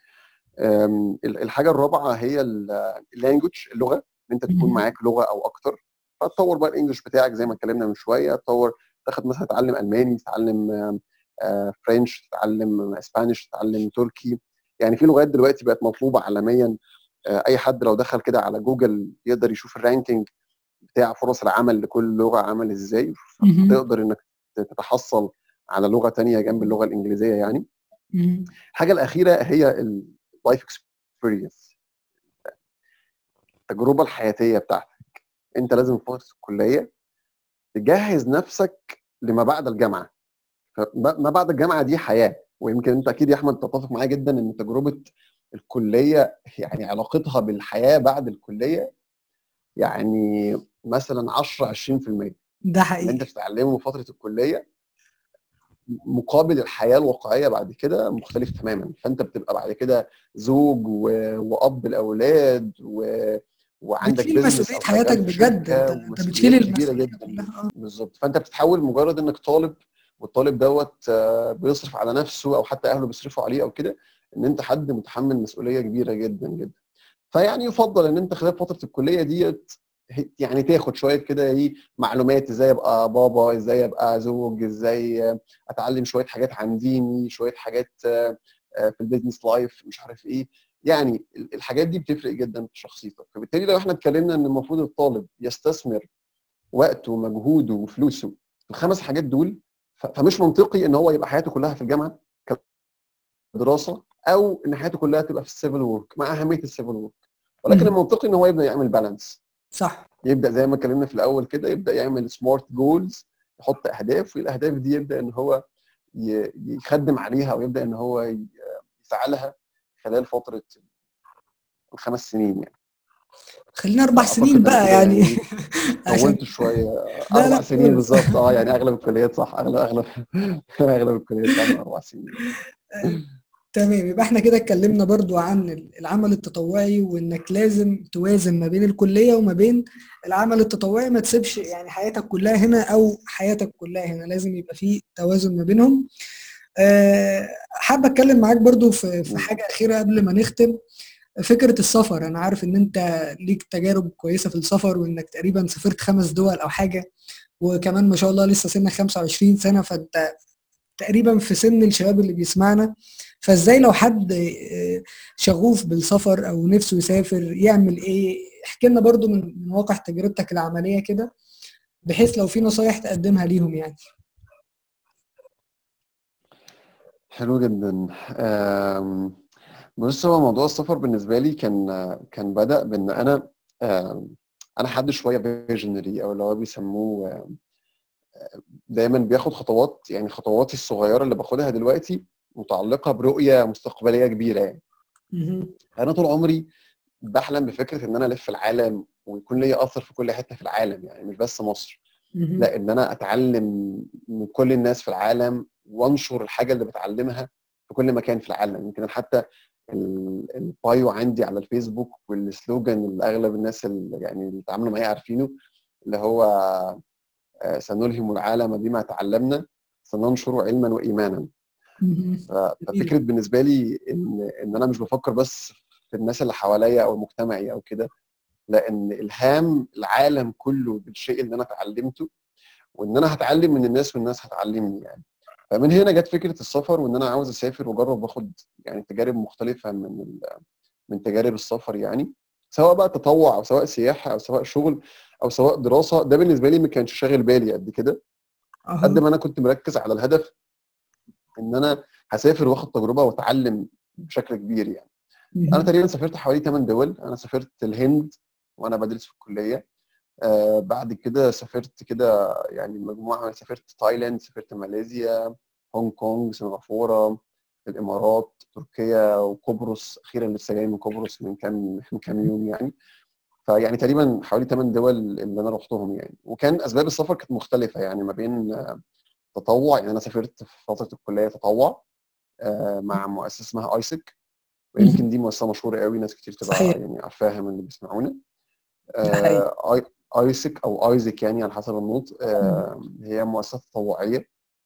Speaker 2: أم، ال- الحاجه الرابعه هي اللانجوج، اللغه، ان انت تكون
Speaker 1: مهم.
Speaker 2: معاك لغه او اكتر، فتطور بقى الانجليش بتاعك زي ما اتكلمنا من شويه، تطور تاخد مثلا تتعلم الماني، تتعلم آم، آه، فرنش، تتعلم اسبانيش، تتعلم تركي. يعني في لغات دلوقتي بقت مطلوبه عالميا. آه، اي حد لو دخل كده على جوجل يقدر يشوف الرانكينج بتاع فرص العمل لكل لغه عمل ازاي،
Speaker 1: مهم.
Speaker 2: فتقدر انك تتحصل على لغه تانية جنب اللغه الانجليزيه يعني.
Speaker 1: مهم.
Speaker 2: الحاجه الاخيره هي اللايف اكسبيرينس، التجربه الحياتيه بتاعتك. انت لازم في فتره الكليه تجهز نفسك لما بعد الجامعه. فما بعد الجامعه دي حياه، ويمكن انت اكيد يا احمد تتفق معايا جدا ان تجربه الكليه يعني علاقتها بالحياه بعد الكليه يعني مثلا عشرة عشرين في المية.
Speaker 1: ده
Speaker 2: اللي انت
Speaker 1: حقيقي.
Speaker 2: بتتعلمه في فتره الكليه مقابل الحياه الواقعيه بعد كده مختلف تماما. فانت بتبقى بعد كده زوج و... واب الاولاد و... وعندك
Speaker 1: بتشيل
Speaker 2: بيزنس
Speaker 1: مسؤولية
Speaker 2: او
Speaker 1: حياتك
Speaker 2: شغال في
Speaker 1: بجد، انت
Speaker 2: شركه
Speaker 1: انت بتشيل
Speaker 2: ومسؤوليات كبيره
Speaker 1: المسؤولية
Speaker 2: جدا جدا.
Speaker 1: كلها. اه.
Speaker 2: بالظبط. فانت بتتحول مجرد انك طالب، والطالب دوت آه، بيصرف على نفسه او حتى اهله بيصرفوا عليه او كده، ان انت حد متحمل مسؤوليه كبيره جدا جدا. فيعني يفضل ان انت خلال فتره الكليه ديت يعني تاخد شويه كده ايه معلومات، ازاي ابقى بابا، ازاي ابقى زوج، ازاي اتعلم شويه حاجات عن ديني، شويه حاجات آه، آه، في البيزنس لايف، مش عارف ايه. يعني الحاجات دي بتفرق جدا في شخصيتك. فبالتالي لو احنا اتكلمنا ان المفروض الطالب يستثمر وقته ومجهوده وفلوسه في الخمس حاجات دول، ف- فمش منطقي ان هو يبقى حياته كلها في الجامعه كدراسه، او ان حياته كلها تبقى في السيفل وورك مع اهميه السيفل وورك. ولكن
Speaker 1: مهم.
Speaker 2: المنطقي ان هو يبدا يعمل بالانس،
Speaker 1: صح.
Speaker 2: يبدا زي ما اتكلمنا في الاول كده، يبدا يعمل سمارت جولز، يحط اهداف، والاهداف دي يبدا ان هو ي- يخدم عليها، او يبدا ان هو ي- يسعى لها خلال فتره الخمس سنين يعني.
Speaker 1: خلينا اربع سنين
Speaker 2: فاعتقد انا
Speaker 1: بقى
Speaker 2: كده
Speaker 1: يعني.
Speaker 2: يعني
Speaker 1: عشان.
Speaker 2: طولت شويه.
Speaker 1: لا
Speaker 2: اربع
Speaker 1: لا
Speaker 2: سنين
Speaker 1: خالص.
Speaker 2: بالظبط، اه يعني اغلب الكليات صح، اغلب اغلب اغلب الكليات فعلا اربع سنين.
Speaker 1: تمام، يبقى احنا كده اتكلمنا برضو عن العمل التطوعي، وانك لازم توازن ما بين الكلية وما بين العمل التطوعي. ما تسيبش يعني حياتك كلها هنا او حياتك كلها هنا، لازم يبقى في توازن ما بينهم. أه، حابة اتكلم معاك برضو في في حاجة اخيرة قبل ما نختم. فكرة السفر، انا عارف ان انت ليك تجارب كويسة في السفر، وانك تقريبا سافرت خمس دول او حاجة، وكمان ما شاء الله لسه سنك خمسة وعشرين سنة، فانت تقريبا في سن الشباب اللي بيسمعنا. فازاي لو حد آه، شغوف بالسفر او نفسه يسافر يعمل ايه؟ احكي لنا برضو من من واقع تجربتك العملية كده، بحيث لو في نصايح تقدمها ليهم يعني.
Speaker 2: حلو جدا. آم، بص، هو موضوع السفر بالنسبه لي كان كان بدأ بان انا آم، انا حد شويه فيجنري، او اللي هو بيسموه آه، دايما بياخد خطوات. يعني خطواتي الصغيره اللي باخدها دلوقتي متعلقه برؤيه مستقبليه كبيره يعني.
Speaker 1: مهم.
Speaker 2: انا طول عمري بحلم بفكره ان انا الف العالم ويكون لي اثر في كل حته في العالم، يعني مش بس مصر،
Speaker 1: مهم.
Speaker 2: لا ان انا اتعلم من كل الناس في العالم وانشر الحاجه اللي بتعلمها في كل مكان في العالم. يمكن حتى ال- البايو عندي على الفيسبوك والسلوجان اللي اغلب الناس اللي يعني اللي اتعاملوا معايا عارفينه، اللي هو آه، سنلهم العالم بما تعلمنا، سننشر علما وايمانا.
Speaker 1: مهم.
Speaker 2: ف-
Speaker 1: جميل.
Speaker 2: ففكره بالنسبه لي ان ان انا مش بفكر بس في الناس اللي حواليا او مجتمعي او كده، لان الهام العالم كله بالشيء اللي انا اتعلمته، وان انا هتعلم من الناس والناس هتعلمني يعني. فمن هنا جت فكره السفر، وان انا عاوز اسافر واجرب واخد يعني تجارب مختلفه من ال... من تجارب السفر يعني، سواء بقى تطوع او سواء سياحه او سواء شغل او سواء دراسه. ده بالنسبه لي ما كانش شاغل بالي قد كده، قد
Speaker 1: اها.
Speaker 2: ما انا كنت مركز على الهدف ان انا هسافر واخد تجربه واتعلم بشكل كبير يعني. انا
Speaker 1: مهم.
Speaker 2: تقريبا سافرت حوالي ثمان دول. انا سافرت الهند وانا بدرس في الكليه. آه بعد كده سافرت كده يعني مجموعه، سافرت تايلاند، سافرت ماليزيا، هونج كونج، سنغافوره، الامارات، تركيا، وقبرص. اخيرا لسه جاي من قبرص من كام من كام يوم يعني. فيعني تقريبا حوالي ثمان دول اللي انا رحتهم يعني. وكان اسباب السفر كانت مختلفه يعني، ما بين آه، تطوع. يعني انا سافرت في فتره الكليه تطوع آه، مع مؤسسه اسمها ايسك، ويمكن
Speaker 1: مهم.
Speaker 2: دي مؤسسه مشهوره قوي، ناس كتير
Speaker 1: صحيح.
Speaker 2: تبقى يعني عارفاها من اللي بيسمعونا.
Speaker 1: ده حقيقي.
Speaker 2: آه، آي- ايسك او ايزك يعني على حسب النطق.
Speaker 1: مهم.
Speaker 2: آه، هي مؤسسه تطوعيه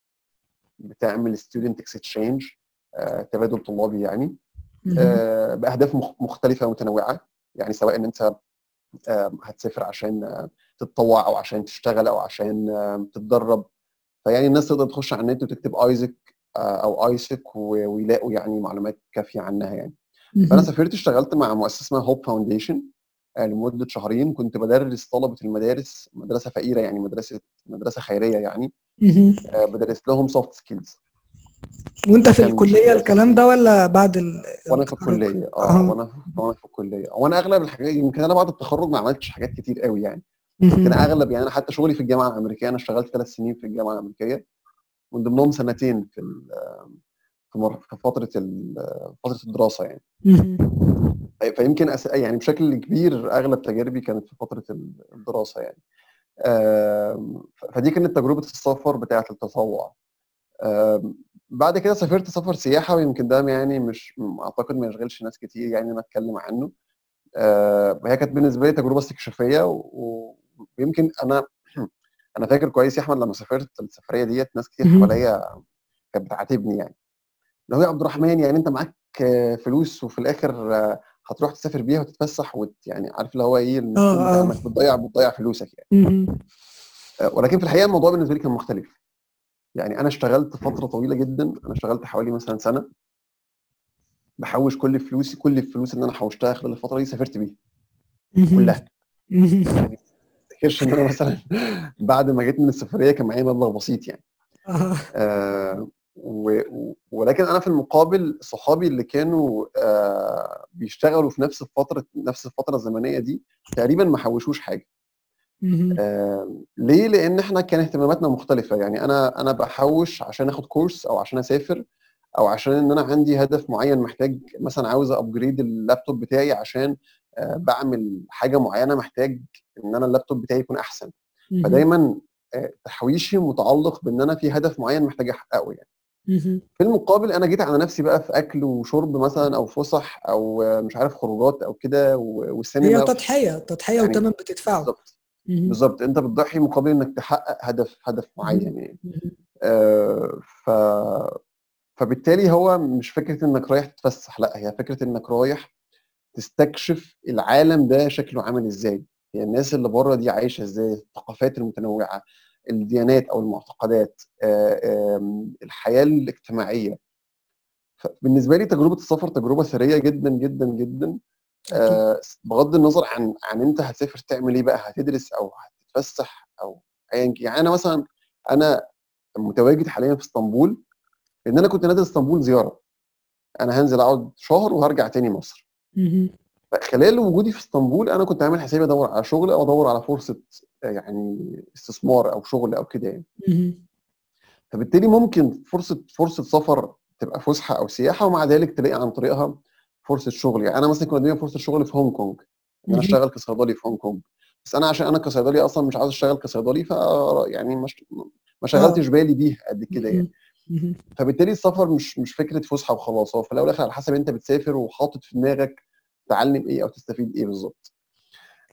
Speaker 2: بتعمل ستودنت اكسشينج، تبادل طلابي يعني،
Speaker 1: مهم.
Speaker 2: آه، باهداف مخ- مختلفه ومتنوعه. يعني سواء ان انت آه، هتسافر عشان آه، تتطوع، او عشان تشتغل، او عشان آه، تتدرب. فيعني الناس تقدر تخش على النت وتكتب ايزك آه، او ايسك، و- ويلاقوا يعني معلومات كافيه عنها يعني. فانا
Speaker 1: مهم.
Speaker 2: سافرت اشتغلت مع مؤسسه اسمها هوب فاونديشن لمده شهرين. كنت بدرس طلبه المدارس، مدرسه فقيره يعني، مدرسه مدرسه خيريه يعني.
Speaker 1: مهم.
Speaker 2: آه، بدرس لهم سوفت سكيلز.
Speaker 1: وانت في
Speaker 2: فكان
Speaker 1: الكلية
Speaker 2: دراسه
Speaker 1: الكلام ده ولا بعد ال-
Speaker 2: وانا في
Speaker 1: التخرج؟
Speaker 2: الكليه. اه
Speaker 1: اها.
Speaker 2: وانا وانا في الكليه. وانا اغلب الحاجات يمكن انا بعد التخرج ما عملتش حاجات كتير قوي يعني. يمكن
Speaker 1: مهم.
Speaker 2: اغلب يعني انا حتى شغلي في الجامعه الامريكيه. انا اشتغلت ثلاث سنين في الجامعه الامريكيه، من ضمنهم سنتين في ال- في مر- في فتره ال- فتره الدراسه يعني.
Speaker 1: مهم.
Speaker 2: فيمكن أس... يعني بشكل كبير اغلب تجاربي كانت في فتره الدراسه يعني. آم، ف- فدي كانت تجربه السفر بتاعه التطوع. آم، بعد كده سافرت سفر سياحه، ويمكن ده يعني مش اعتقد ما يشغلش ناس كتير يعني انا اتكلم عنه. آه، هي كانت بالنسبه لي تجربه استكشافيه، و- ويمكن انا انا فاكر كويس يا احمد لما سافرت السفريه ديت، ناس كتير
Speaker 1: مهم.
Speaker 2: حواليا كانت بتعاتبني يعني. اللي هو يا عبد الرحمن، يعني انت معاك آه، فلوس وفي الاخر آه، هتروح تسافر بيها وتتفسح وت يعني عارف اللي هو ايه،
Speaker 1: اه
Speaker 2: المفهوم بتاع
Speaker 1: اه.
Speaker 2: انك بتضيع بتضيع فلوسك يعني.
Speaker 1: مهم.
Speaker 2: آه، ولكن في الحقيقه الموضوع بالنسبه لي كان مختلف. يعني انا اشتغلت فتره طويله جدا. انا اشتغلت حوالي مثلا سنه، بحوش كل فلوسي، كل الفلوس اللي انا حوشتها خلال الفتره دي سافرت بيها
Speaker 1: مهم.
Speaker 2: كلها.
Speaker 1: مهم.
Speaker 2: يعني ما افتكرش ان انا مثلا بعد ما جيت من السفريه كان معايا مبلغ بسيط يعني.
Speaker 1: اه.
Speaker 2: آه و... و- ولكن انا في المقابل صحابي اللي كانوا آه بيشتغلوا في نفس الفتره نفس الفتره الزمنيه دي تقريبا ما حوشوش حاجه.
Speaker 1: مهم.
Speaker 2: آه ليه؟ لان احنا كان اهتماماتنا مختلفه. يعني انا انا بحوش عشان اخد كورس، او عشان اسافر، او عشان ان انا عندي هدف معين، محتاج مثلا عاوز ابجريد اللابتوب بتاعي عشان آه بعمل حاجه معينه، محتاج ان انا اللابتوب بتاعي يكون احسن.
Speaker 1: مهم.
Speaker 2: فدايما آه، تحويشي متعلق بان انا في هدف معين محتاج احققه يعني.
Speaker 1: مهم.
Speaker 2: في المقابل انا جيت على نفسي بقى في اكل وشرب مثلا، او فسح، او آه، مش عارف خروجات او كده، و-
Speaker 1: هي
Speaker 2: والسينما
Speaker 1: تضحية تضحية
Speaker 2: يعني.
Speaker 1: وتمن بتدفعه.
Speaker 2: بالظبط.
Speaker 1: مهم.
Speaker 2: بالظبط انت بتضحي مقابل انك تحقق هدف هدف معين
Speaker 1: مهم.
Speaker 2: يعني.
Speaker 1: مهم.
Speaker 2: آه، ف فبالتالي هو مش فكره انك رايح تتفسح، لا، هي فكره انك رايح تستكشف العالم ده شكله عامل ازاي. هي الناس اللي بره دي عايشه ازاي، الثقافات المتنوعه، الديانات او المعتقدات، آه، آم، الحياه الاجتماعيه. بالنسبه لي تجربه السفر تجربه ثريه جدا جدا جدا.
Speaker 1: أكيد.
Speaker 2: آه، بغض النظر عن عن انت هتسافر تعمل ايه بقى، هتدرس او هتتفسح او ايا كان. يعني انا مثلا انا متواجد حاليا في اسطنبول، لان انا كنت نازل اسطنبول زياره. انا هنزل اقعد شهر وهرجع تاني مصر.
Speaker 1: مهم.
Speaker 2: خلال وجودي في اسطنبول انا كنت عامل حسابي ادور على شغل، او ادور على فرصه آه، يعني استثمار او شغل او كده يعني.
Speaker 1: مهم.
Speaker 2: فبالتالي ممكن فرصه فرصه سفر تبقى فسحه او سياحه، ومع ذلك تلاقي عن طريقها فرصه شغل. يعني انا مثلا كان قدامي فرصه شغل في هونج كونج، ان انا
Speaker 1: مهم.
Speaker 2: اشتغل كصيدلي في هونج كونج. بس انا عشان انا كصيدلي اصلا مش عاوز اشتغل كصيدلي، ف يعني مش ما
Speaker 1: اه.
Speaker 2: شغلتش بالي بيها قد كده يعني.
Speaker 1: مهم. مهم.
Speaker 2: فبالتالي السفر مش مش فكره فسحه وخلاص، هو في الاول والاخر على حسب انت بتسافر وحاطط في دماغك تتعلم ايه او تستفيد ايه بالظبط.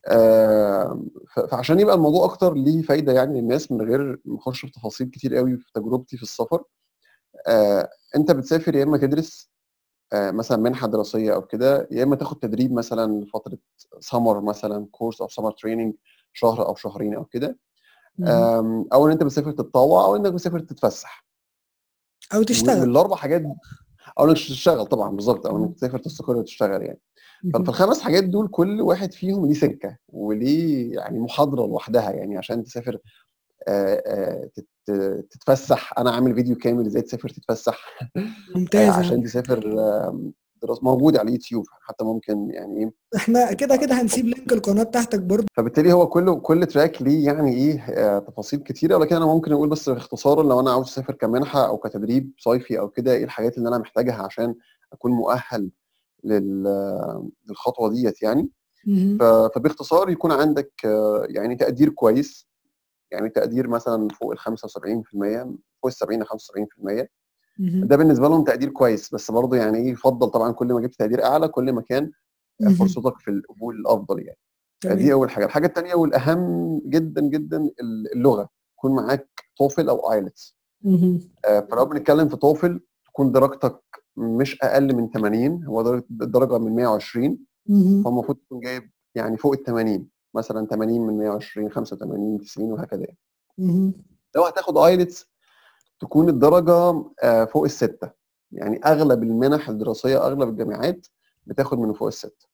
Speaker 2: آه، ف- فعشان يبقى الموضوع اكتر ليه فايده يعني للناس من غير ما اخش في تفاصيل كتير قوي في تجربتي في السفر. آه، انت بتسافر يا اما تدرس آه، مثلا منحه دراسيه او كده، يا اما تاخد تدريب مثلا فتره سمر مثلا كورس او سمر تريننج شهر او شهرين او كده.
Speaker 1: مهم.
Speaker 2: آم، او ان انت بتسافر تتطوع او انك بتسافر تتفسح.
Speaker 1: او
Speaker 2: و-
Speaker 1: تشتغل.
Speaker 2: والاربع حاجات، او انك تشتغل طبعا بالظبط، او انك
Speaker 1: مهم.
Speaker 2: تسافر تستقر وتشتغل يعني. ف-
Speaker 1: مهم.
Speaker 2: فالخمس حاجات دول كل واحد فيهم ليه سكه وليه يعني محاضره لوحدها يعني عشان تسافر. آه، آه، تت- تتفسح، انا عامل فيديو كامل ازاي تسافر تتفسح. آه،
Speaker 1: ممتازة.
Speaker 2: عشان تسافر آم، دراسة موجود على اليوتيوب حتى ممكن يعني ايه
Speaker 1: احنا كده
Speaker 2: تبقى
Speaker 1: كده هنسيب
Speaker 2: تحط.
Speaker 1: لينك القناة بتاعتك برضه.
Speaker 2: فبالتالي هو كل كل تراك ليه يعني ايه آه، تفاصيل كتيره، ولكن انا ممكن اقول بس اختصارا لو انا عاوز اسافر كمنحه او كتدريب صيفي او كده، ايه الحاجات اللي انا محتاجها عشان اكون مؤهل لل- للخطوه ديت يعني. ف-
Speaker 1: مهم.
Speaker 2: فباختصار يكون عندك آه، يعني تقدير كويس، يعني تقدير مثلا فوق ال خمسة وسبعين في المية، فوق ال سبعين ل خمسة وسبعين في المية.
Speaker 1: مهم.
Speaker 2: ده بالنسبه لهم تقدير كويس، بس برضه يعني ايه يفضل طبعا كل ما جبت تقدير اعلى كل ما كان
Speaker 1: مهم.
Speaker 2: فرصتك في القبول الافضل يعني. دي
Speaker 1: تمام.
Speaker 2: اول حاجه. الحاجه الثانيه والاهم جدا جدا اللغه، يكون معاك توفل او ايلتس.
Speaker 1: مهم.
Speaker 2: فلو بنتكلم في توفل تكون درجتك مش اقل من ثمانين، هو درجه الدرجه من مية وعشرين،
Speaker 1: مهم.
Speaker 2: فالمفروض تكون جايب يعني فوق ال ثمانين، مثلا ثمانين من مية وعشرين، خمسة وثمانين، تسعين وهكذا يعني.
Speaker 1: مهم.
Speaker 2: لو هتاخد ايلتس تكون الدرجه آه، فوق السته، يعني اغلب المنح الدراسيه اغلب الجامعات بتاخد من فوق السته.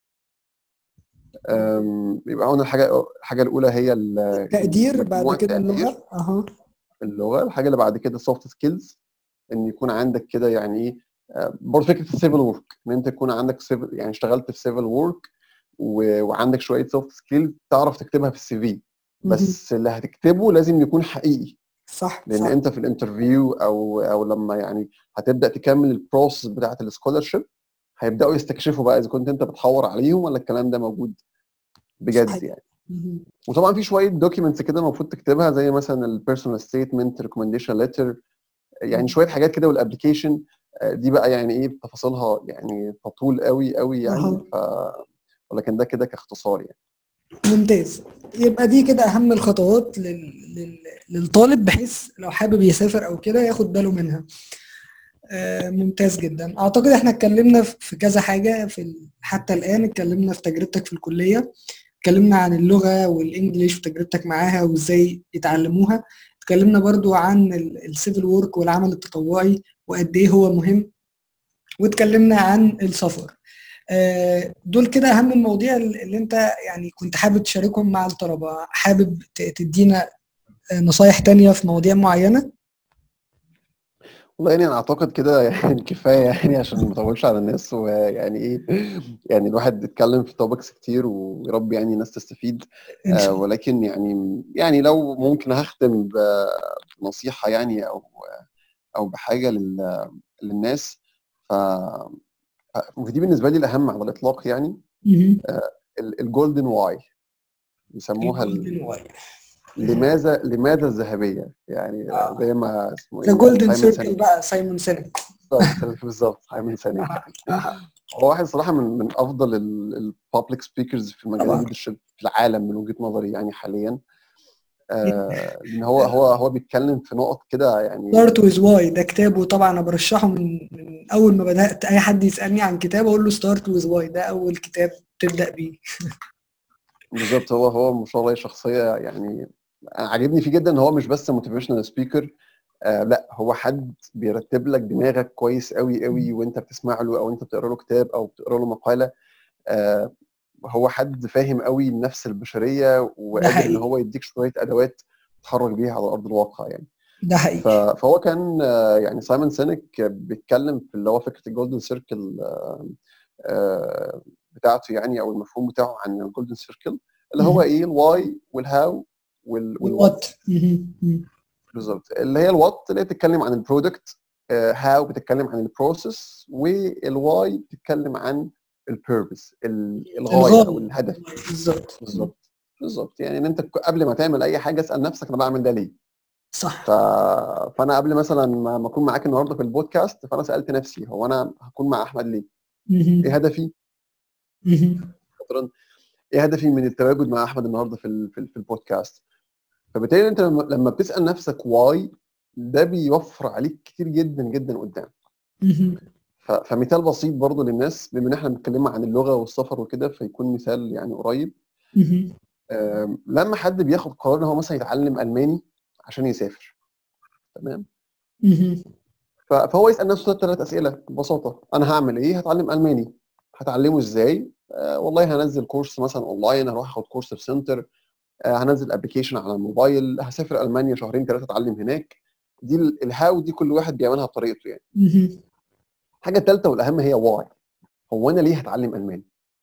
Speaker 2: أم، يبقى هنا الحاجه الحاجه الاولى هي ال-
Speaker 1: تقدير، بعد
Speaker 2: مجموع
Speaker 1: كده
Speaker 2: التقدير
Speaker 1: اللغة. اها.
Speaker 2: في اللغه. الحاجه اللي بعد كده سوفت سكيلز، ان يكون عندك كده يعني ايه آه، برضه فكره السيفل ورك، ان انت يكون عندك civil- يعني اشتغلت في سيفل ورك وعندك شويه سوفت سكيلز تعرف تكتبها في السي في،
Speaker 1: مهم.
Speaker 2: بس اللي هتكتبه لازم يكون حقيقي.
Speaker 1: صح
Speaker 2: لان
Speaker 1: صح.
Speaker 2: انت في الانترفيو او او لما يعني هتبدا تكمل البروسس بتاعه السكولرشيب، هيبداوا يستكشفوا بقى اذا كنت انت بتحور عليهم ولا الكلام ده موجود بجد
Speaker 1: صحيح.
Speaker 2: يعني.
Speaker 1: مهم.
Speaker 2: وطبعا في شويه دوكيومنتس كده المفروض تكتبها زي مثلا البيرسونال ستيتمنت، ريكومنديشن ليتر، يعني
Speaker 1: مهم.
Speaker 2: شويه حاجات كده، والابلكيشن دي بقى يعني ايه تفاصيلها يعني تطول قوي قوي يعني.
Speaker 1: اها.
Speaker 2: ف ولكن ده كده كاختصار يعني.
Speaker 1: ممتاز. يبقى دي كده اهم الخطوات لل... لل... للطالب، بحيث لو حابب يسافر او كده ياخد باله منها. آه، ممتاز جدا. اعتقد احنا اتكلمنا في في كذا حاجة في ال... حتى الان اتكلمنا في تجربتك في الكلية، اتكلمنا عن اللغة والانجليش وتجربتك معاها وازاي يتعلموها، اتكلمنا برضو عن السيفل وورك والعمل التطوعي وقد ايه هو مهم، واتكلمنا عن السفر. آه، دول كده اهم المواضيع اللي انت يعني كنت حابب تشاركهم مع الطلبة. حابب ت- تدينا آه، نصايح تانية في مواضيع معينة؟
Speaker 2: والله يعني انا اعتقد كده يعني كفايه يعني عشان ما اطولش على الناس، ويعني ايه يعني الواحد اتكلم في توبكس كتير ويا رب يعني الناس تستفيد.
Speaker 1: ان
Speaker 2: آه،
Speaker 1: شاء الله.
Speaker 2: ولكن يعني يعني لو ممكن هختم ب- بنصيحه يعني او او بحاجه لل- للناس. ف ودي بالنسبه لي الاهم على الاطلاق يعني.
Speaker 1: مهم.
Speaker 2: الجولدن واي يسموها
Speaker 1: الجولدن
Speaker 2: ال-
Speaker 1: واي.
Speaker 2: لماذا لماذا الذهبيه يعني، زي ما اسمه
Speaker 1: ذا
Speaker 2: ايه
Speaker 1: جولدن
Speaker 2: سايمون
Speaker 1: سيركل
Speaker 2: سينك.
Speaker 1: بقى، سايمون سينك.
Speaker 2: بالظبط بالظبط سايمون سينك. هو واحد صراحه من من افضل البابليك سبيكرز في مجال
Speaker 1: طبعا.
Speaker 2: الليدرشيب في العالم من وجهه نظري يعني حاليا. آه لان هو هو هو بيتكلم في نقط كده يعني.
Speaker 1: ستارت ويز واي ده كتابه، طبعا انا برشحه من من اول ما بدات. اي حد يسالني عن كتاب اقول له ستارت ويز واي، ده اول كتاب تبدا بيه.
Speaker 2: بالظبط هو هو ما شاء الله شخصيه يعني أنا عاجبني فيه جدا ان هو مش بس موتيفيشنال سبيكر. آه لا هو حد بيرتب لك دماغك كويس قوي قوي وانت بتسمع له او انت بتقرا له كتاب او بتقرا له مقاله. آه هو حد فاهم قوي النفس البشريه
Speaker 1: ده
Speaker 2: وقادر ان
Speaker 1: حقيقي.
Speaker 2: هو يديك شويه ادوات تتحرك بيها على ارض الواقع يعني.
Speaker 1: ده
Speaker 2: ف-
Speaker 1: حقيقي.
Speaker 2: فهو كان آه، يعني سايمون سينك بيتكلم في اللي هو فكره الجولدن سيركل بتاعته يعني، او المفهوم بتاعه عن الجولدن سيركل اللي هو
Speaker 1: مهم.
Speaker 2: ايه الواي والهاو والوات.
Speaker 1: والوات. مهم. مهم.
Speaker 2: بالظبط اللي هي الوات اللي هي بتتكلم عن البرودكت، هاو بتتكلم عن البروسيس، والواي بتتكلم عن البيربس الغايه او
Speaker 1: الغاية.
Speaker 2: الهدف.
Speaker 1: بالظبط.
Speaker 2: بالظبط بالظبط يعني ان انت قبل ما تعمل اي حاجه اسال نفسك انا بعمل ده ليه. ف...
Speaker 1: صح.
Speaker 2: فانا قبل مثلا ما ما اكون معاك النهارده في البودكاست فانا سالت نفسي هو انا هكون مع احمد ليه؟ ايه
Speaker 1: مهم.
Speaker 2: هدفي؟
Speaker 1: مهم.
Speaker 2: شكراً. ايه هدفي من التواجد مع احمد النهارده في ال في, ال في البودكاست. فبالتالي انت لما, لما بتسال نفسك واي، ده بيوفر عليك كتير جدا جدا قدام. فمثال بسيط برضو للناس، بما ان احنا بنتكلم عن اللغه والسفر وكده، فيكون مثال يعني قريب. لما حد بياخد قرار ان هو مثلا يتعلم الماني عشان يسافر، تمام، فهو يسال نفسه ثلاث اسئله ببساطه: انا هعمل ايه؟ هتعلم الماني، هتعلمه ازاي؟ آه والله هنزل كورس مثلا اونلاين، هروح اخد كورس في سنتر، آه هنزل ابلكيشن على الموبايل، هسافر المانيا شهرين ثلاثه اتعلم هناك. دي الهاو دي كل واحد بيعملها بطريقته يعني. الحاجه الثالثه والاهم هي واي. هو انا ليه هتعلم الماني؟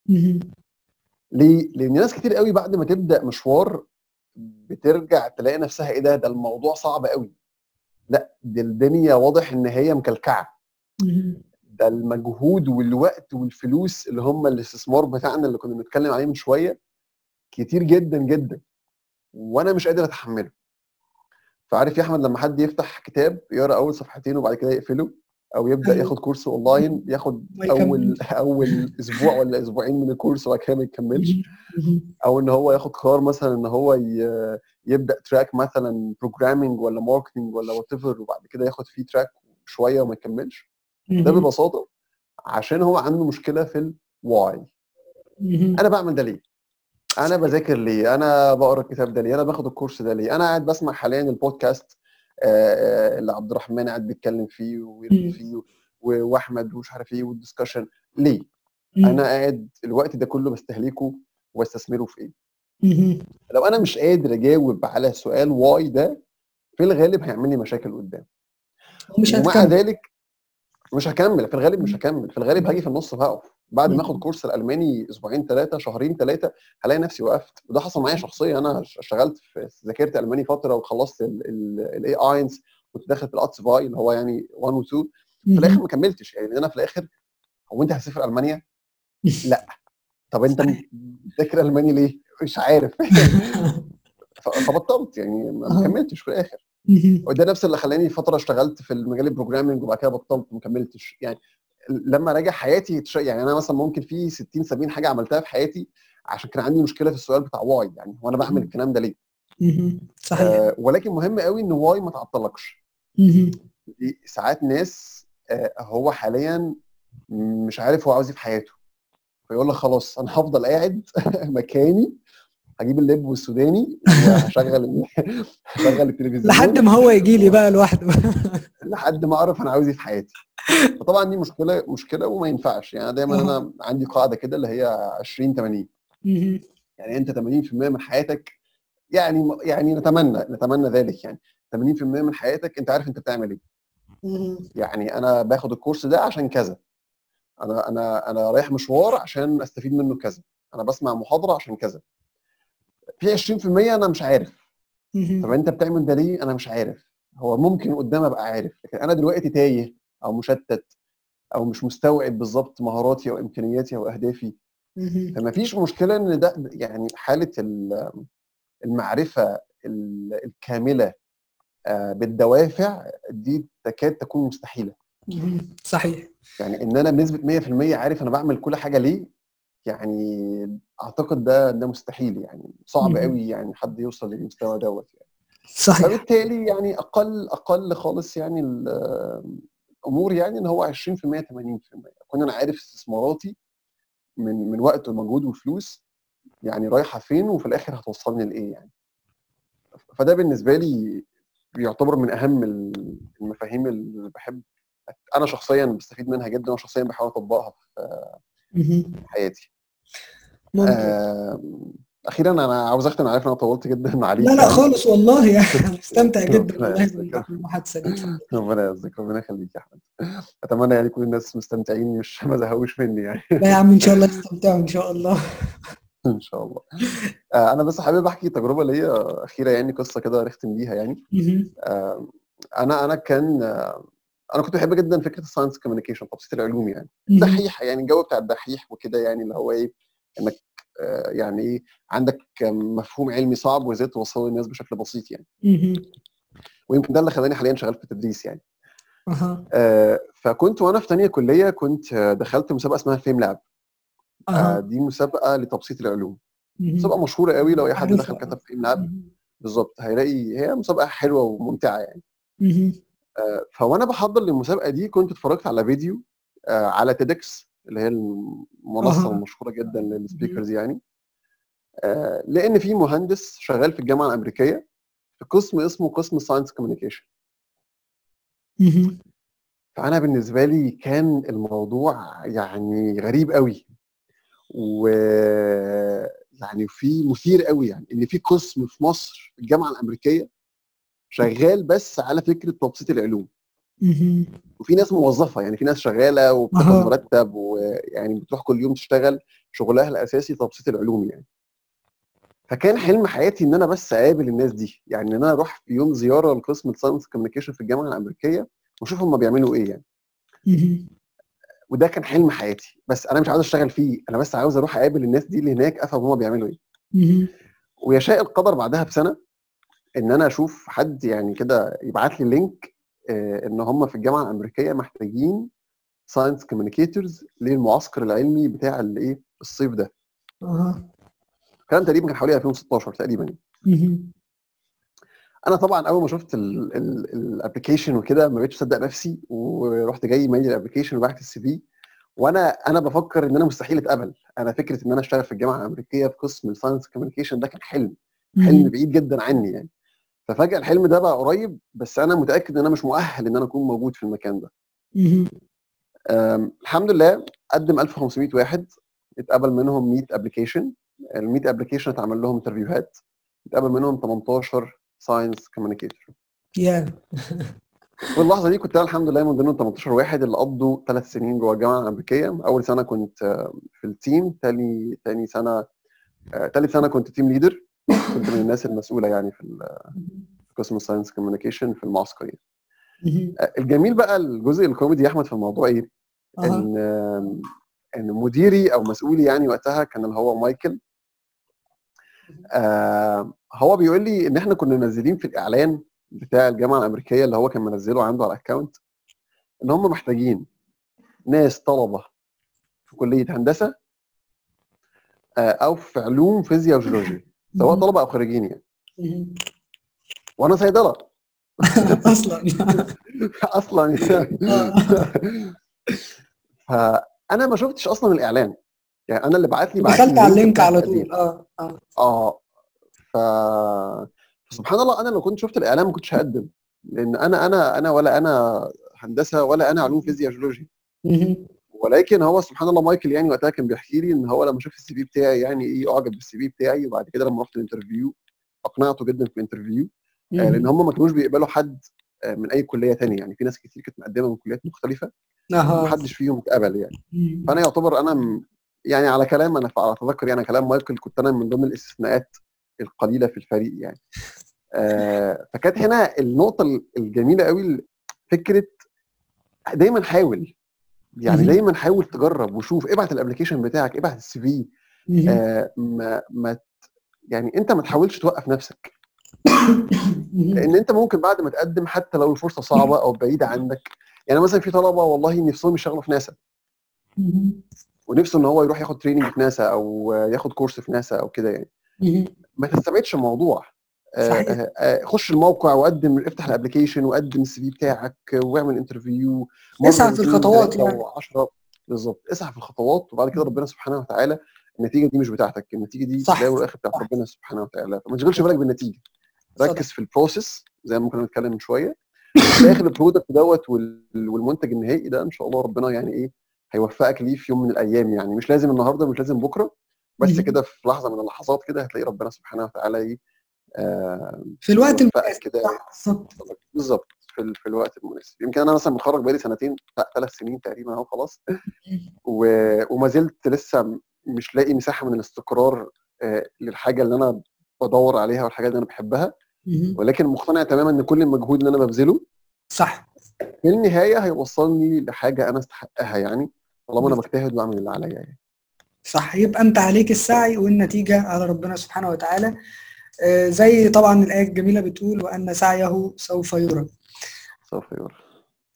Speaker 2: ليه؟ لان ناس كتير قوي بعد ما تبدا مشوار بترجع تلاقي نفسها ايه ده ده الموضوع صعب قوي. لا، دي الدنيا واضح ان هي مكلكعه. ده المجهود والوقت والفلوس اللي هم الاستثمار بتاعنا اللي كنا بنتكلم عليه من شويه كتير جدا جدا، وانا مش قادر اتحمله. فعارف يا احمد، لما حد يفتح كتاب يقرا اول صفحتين وبعد كده يقفله، او يبدا
Speaker 1: ايوه
Speaker 2: ياخد كورس اونلاين ياخد
Speaker 1: ما
Speaker 2: اول
Speaker 1: يكملش.
Speaker 2: اول اسبوع ولا اسبوعين من الكورس وبعد كده ما يكملش، او ان هو ياخد قرار مثلا ان هو ي- يبدا تراك مثلا بروجرامينج ولا ماركتنج ولا وات ايفر، وبعد كده ياخد فيه تراك شويه وما يكملش. ده ببساطه عشان هو عنده مشكله في الواي. انا بعمل ده ليه؟ انا بذاكر ليه؟ انا بقرا الكتاب ده ليه؟ انا باخد الكورس ده ليه؟ انا قاعد بسمع حاليا البودكاست آه، اللي عبد الرحمن قاعد بيتكلم فيه ويرغي فيه و- واحمد ومش عارف ايه والدسكشن ليه؟ انا قاعد الوقت ده كله بستهلكه واستثمره في ايه؟ لو انا مش قادر اجاوب على سؤال واي ده، في الغالب هيعمل لي مشاكل قدام.
Speaker 1: مش
Speaker 2: ومع
Speaker 1: هتكمل.
Speaker 2: ذلك مش هكمل، في الغالب مش هكمل، في الغالب هاجي في النص وهقف. بعد ما اخد كورس الالماني اسبوعين ثلاثه شهرين ثلاثه هلاقي نفسي وقفت. وده حصل معايا شخصيا. انا اشتغلت في ذاكرت الماني فتره وخلصت الاي اينز، كنت داخل في الاتس فاي اللي هو يعني واحد و اتنين. في الاخر ما كملتش، يعني لان انا في الاخر، هو انت هتسافر المانيا؟ لا. طب انت بتذاكر الماني ليه؟ مش عارف. فبطلت يعني، ما كملتش في الاخر. وده نفس اللي خلاني فتره اشتغلت في المجال البروجرامنج وبعد كده بطلت وما كملتش. يعني لما راجع حياتي تش... يعني انا مثلا ممكن في ستين سبعين حاجه عملتها في حياتي عشان كان عندي مشكله في السؤال بتاع واي، يعني وانا بعمل الكلام ده ليه.
Speaker 1: صحيح.
Speaker 2: آه ولكن مهم قوي ان واي ما تعطلكش. دي ساعات ناس آه هو حاليا مش عارف هو عاوز ايه في حياته، فيقول لك خلاص انا هفضل قاعد مكاني، هجيب اللب والسوداني وهشغل ال... هشغل
Speaker 1: لحد
Speaker 2: التلفزيون
Speaker 1: ما هو يجي لي بقى لوحده.
Speaker 2: لحد ما اعرف انا عاوز ايه في حياتي. فطبعا دي مشكله مشكله وما ينفعش. يعني دايما انا عندي قاعده كده اللي هي عشرين ثمانين. يعني انت ثمانين في المية من حياتك، يعني يعني نتمنى نتمنى ذلك، يعني ثمانين في المية من حياتك انت عارف انت بتعمل ايه. يعني انا باخد الكورس ده عشان كذا، انا انا انا رايح مشوار عشان استفيد منه كذا، انا بسمع محاضره عشان كذا. في عشرين في المية انا مش عارف. طب انت بتعمل ده ليه؟ انا مش عارف. هو ممكن قدام ابقى عارف، لكن انا دلوقتي تايه او مشتت او مش مستوعب بالظبط مهاراتي او امكانياتي او اهدافي. فما فيش مشكله ان ده يعني حاله المعرفه الكامله بالدوافع دي تكاد تكون مستحيله.
Speaker 1: صحيح.
Speaker 2: يعني ان انا بنسبه مية في المية عارف انا بعمل كل حاجه ليه، يعني اعتقد ده ده مستحيل. يعني صعب قوي يعني حد يوصل للمستوى دوت يعني.
Speaker 1: صحيح.
Speaker 2: فبالتالي يعني اقل اقل خالص يعني الامور، يعني ان هو عشرين في المية ثمانين في المية اكون انا عارف استثماراتي من من وقت ومجهود وفلوس يعني رايحه فين، وفي الاخر هتوصلني لايه يعني. فده بالنسبه لي يعتبر من اهم المفاهيم اللي بحب انا شخصيا بستفيد منها جدا، وشخصيا بحاول اطبقها في حياتي.
Speaker 1: ممتاز.
Speaker 2: آه، اخيرا انا عاوز اختم، عارف انا طولت جدا
Speaker 1: لا
Speaker 2: عليك
Speaker 1: لا
Speaker 2: يعني.
Speaker 1: خالص والله، يعني مستمتع جدا
Speaker 2: ربنا
Speaker 1: والله
Speaker 2: يعزك
Speaker 1: بالمحادثه دي.
Speaker 2: ربنا يعزك ربنا يخليك يا احمد. اتمنى يعني كل الناس مستمتعين، مش ما زهقوش مني يعني.
Speaker 1: لا يا عم ان شاء الله يستمتعوا ان شاء الله.
Speaker 2: ان شاء الله. آه، انا بس حابب احكي تجربه ليا اخيره، يعني قصه كده نختم بيها يعني. آه، انا انا كان آه، انا كنت بحب جدا فكره الساينس كوميونيكيشن، تبسيط العلوم يعني. دحيح يعني الجو بتاع الدحيح وكده، يعني اللي هو ايه، انك آه، يعني ايه عندك مفهوم علمي صعب وازاي توصله للناس بشكل بسيط يعني. ويمكن ده اللي خلاني حاليا شغال في التدريس يعني. آه، فكنت وانا في ثانيه كليه كنت دخلت مسابقه اسمها فيم لاب. آه، دي مسابقه لتبسيط العلوم. مسابقه مشهوره قوي، لو اي حد
Speaker 1: معروفة.
Speaker 2: دخل كتب في ام لاب
Speaker 1: مهم.
Speaker 2: بالظبط هيلاقي هي مسابقه حلوه وممتعه يعني.
Speaker 1: مهم.
Speaker 2: آه، فوانا بحضر للمسابقه دي كنت اتفرجت على فيديو آه، على تيدكس اللي هي المنصه
Speaker 1: اها.
Speaker 2: المشهوره جدا
Speaker 1: مهم.
Speaker 2: للسبيكرز يعني. آه، لان في مهندس شغال في الجامعه الامريكيه في قسم اسمه قسم ساينس كوميونيكيشن.
Speaker 1: مهم.
Speaker 2: فانا بالنسبه لي كان الموضوع يعني غريب قوي، و يعني في مثير قوي يعني ان في قسم في مصر في الجامعه الامريكيه شغال بس على فكره تبسيط العلوم،
Speaker 1: مهم.
Speaker 2: وفي ناس موظفه يعني، في ناس شغاله وبتاخد
Speaker 1: اها.
Speaker 2: مرتب ويعني بتروح كل يوم تشتغل شغلها الاساسي تبسيط العلوم يعني. فكان حلم حياتي ان انا بس اقابل الناس دي، يعني ان انا اروح في يوم زياره لقسم ساينس كوميونيكيشن في الجامعه الامريكيه واشوف هم بيعملوا ايه يعني.
Speaker 1: مهم.
Speaker 2: وده كان حلم حياتي، بس انا مش عاوز اشتغل فيه، انا بس عاوز اروح اقابل الناس دي اللي هناك افهم هم بيعملوا ايه.
Speaker 1: مهم.
Speaker 2: ويشاء القدر بعدها بسنه ان انا اشوف حد يعني كده يبعت لي لينك آه، ان هم في الجامعه الامريكيه محتاجين ساينس كوميونيكيتورز للمعسكر العلمي بتاع الايه الصيف ده.
Speaker 1: اها.
Speaker 2: الكلام تقريبا كان حوالي ألفين وستاشر تقريبا يعني.
Speaker 1: مهم.
Speaker 2: انا طبعا اول ما شفت الابلكيشن وكده ما بقتش اصدق نفسي، ورحت جاي مالي الابلكيشن وبعت السي في. وانا انا بفكر ان انا مستحيل اتقبل. انا فكره ان انا اشتغل في الجامعه الامريكيه في قسم الساينس كوميونيكيشن ده كان حلم، حلم
Speaker 1: مهم.
Speaker 2: بعيد جدا عني يعني. ففجاه الحلم ده بقى قريب، بس انا متاكد ان انا مش مؤهل ان انا اكون موجود في المكان ده.
Speaker 1: مهم.
Speaker 2: أم، الحمد لله قدم ألف وخمسمية واحد، اتقبل منهم مية ابلكيشن. ال مية ابلكيشن اتعمل لهم انترفيوهات، اتقبل منهم تمنتاشر ساينس كوميونيكيتور.
Speaker 1: يا.
Speaker 2: واللحظه دي كنت انا الحمد لله من ضمن ال تمنتاشر واحد اللي قضوا ثلاث سنين جوه الجامعه الامريكيه. اول سنه كنت آه، في التيم، تاني تاني سنه آه، تالت سنه كنت تيم ليدر، كنت من الناس المسؤوله يعني في ال- في قسم الساينس كوميونيكيشن في المعسكر يعني.
Speaker 1: مهم.
Speaker 2: آه، الجميل بقى الجزء الكوميدي يا احمد في الموضوع ايه؟
Speaker 1: اها.
Speaker 2: ان آه، ان مديري او مسؤولي يعني وقتها كان اللي هو مايكل. آه هو بيقول لي ان احنا كنا منزلين في الاعلان بتاع الجامعه الامريكيه اللي هو كان منزله عنده على الاكونت ان هم محتاجين ناس طلبه في كليه هندسه آه او في علوم فيزياء وجيولوجيا، سواء
Speaker 1: مهم.
Speaker 2: طلبه او خريجين يعني.
Speaker 1: مهم.
Speaker 2: وانا صيدله
Speaker 1: اصلا.
Speaker 2: اصلا يعني.
Speaker 1: اه.
Speaker 2: فانا ما شفتش اصلا الاعلان، يعني انا اللي بعت لي بعت لي
Speaker 1: دخلت على
Speaker 2: اللينك
Speaker 1: اللينك
Speaker 2: بتاع
Speaker 1: على
Speaker 2: التقديم.
Speaker 1: طول. اه اه.
Speaker 2: اه ف فسبحان الله انا لو كنت شفت الاعلان ما كنتش هقدم، لان انا انا انا ولا انا هندسه ولا انا علوم فيزياء جيولوجيا.
Speaker 1: مهم.
Speaker 2: ولكن هو سبحان الله مايكل يعني وقتها كان بيحكي لي ان هو لما شاف السي في بتاعي يعني ايه اعجب بالسي في بتاعي، وبعد كده لما رحت الانترفيو اقنعته جدا في الانترفيو. آه لان
Speaker 1: مهم.
Speaker 2: هم ما كانوش بيقبلوا حد آه من اي كليه ثانيه، يعني في ناس كتير كانت مقدمه من كليات مختلفه
Speaker 1: اها.
Speaker 2: ومحدش فيهم اتقبل يعني.
Speaker 1: مهم.
Speaker 2: فانا يعتبر انا م... يعني على كلام انا على اتذكر يعني كلام مايكل كنت انا من ضمن الاستثناءات القليله في الفريق يعني. آه فكانت هنا النقطه الجميله قوي، فكره دايما حاول، يعني
Speaker 1: مهم.
Speaker 2: دايما حاول تجرب وشوف، ابعت الابلكيشن بتاعك، ابعت السي في.
Speaker 1: مهم.
Speaker 2: آه ما ما يعني انت ما تحاولش توقف نفسك،
Speaker 1: مهم.
Speaker 2: لان انت ممكن بعد ما تقدم حتى لو الفرصه صعبه او بعيده عنك. يعني مثلا في طلبه والله نفسهم يشتغلوا في ناسا،
Speaker 1: مهم.
Speaker 2: ونفسه ان هو يروح ياخد تريننج في ناسا او ياخد كورس في ناسا او كده يعني.
Speaker 1: مهم.
Speaker 2: ما تستبعدش الموضوع. آه،
Speaker 1: صحيح.
Speaker 2: آه، آه، خش الموقع وقدم، افتح الابلكيشن وقدم السي في بتاعك واعمل انترفيو مره
Speaker 1: اسعى في
Speaker 2: واثنين
Speaker 1: الخطوات
Speaker 2: وثلاثه
Speaker 1: يعني.
Speaker 2: وعشرة. بالظبط، اسعى في الخطوات وبعد كده ربنا سبحانه وتعالى. النتيجه دي مش بتاعتك، النتيجه دي في
Speaker 1: صح
Speaker 2: الاول والاخر بتاعت
Speaker 1: صح.
Speaker 2: ربنا سبحانه وتعالى، فما تشغلش
Speaker 1: صدق
Speaker 2: بالك بالنتيجه.
Speaker 1: صدق.
Speaker 2: ركز في البروسيس زي ما كنا بنتكلم من شويه، وفي الاخر البرودكت دوت وال- والمنتج النهائي ده ان شاء الله ربنا يعني ايه هيوفقك ليه في يوم من الايام، يعني مش لازم النهارده مش لازم بكره، بس
Speaker 1: مهم.
Speaker 2: كده في لحظه من اللحظات كده هتلاقي ربنا سبحانه وتعالى ايه آه
Speaker 1: في الوقت
Speaker 2: يوفقك
Speaker 1: المناسب.
Speaker 2: كده.
Speaker 1: صح بالظبط.
Speaker 2: بالظبط في, ال- في الوقت المناسب. يمكن انا مثلا متخرج بقالي سنتين، لا ثلاث سنين تقريبا اهو خلاص، و- وما زلت لسه م- مش لاقي مساحه من الاستقرار آه للحاجه اللي انا بدور عليها والحاجه اللي انا بحبها.
Speaker 1: مهم.
Speaker 2: ولكن مقتنع تماما ان كل المجهود اللي انا ببذله
Speaker 1: صح.
Speaker 2: في النهايه هيوصلني لحاجه انا استحقها يعني، طالما انا بجتهد واعمل اللي عليا يعني.
Speaker 1: صح. يبقى انت عليك السعي والنتيجة على ربنا سبحانه وتعالى. آه، زي طبعا الآية الجميلة بتقول وأن سعيه سوف يرى.
Speaker 2: سوف يرى.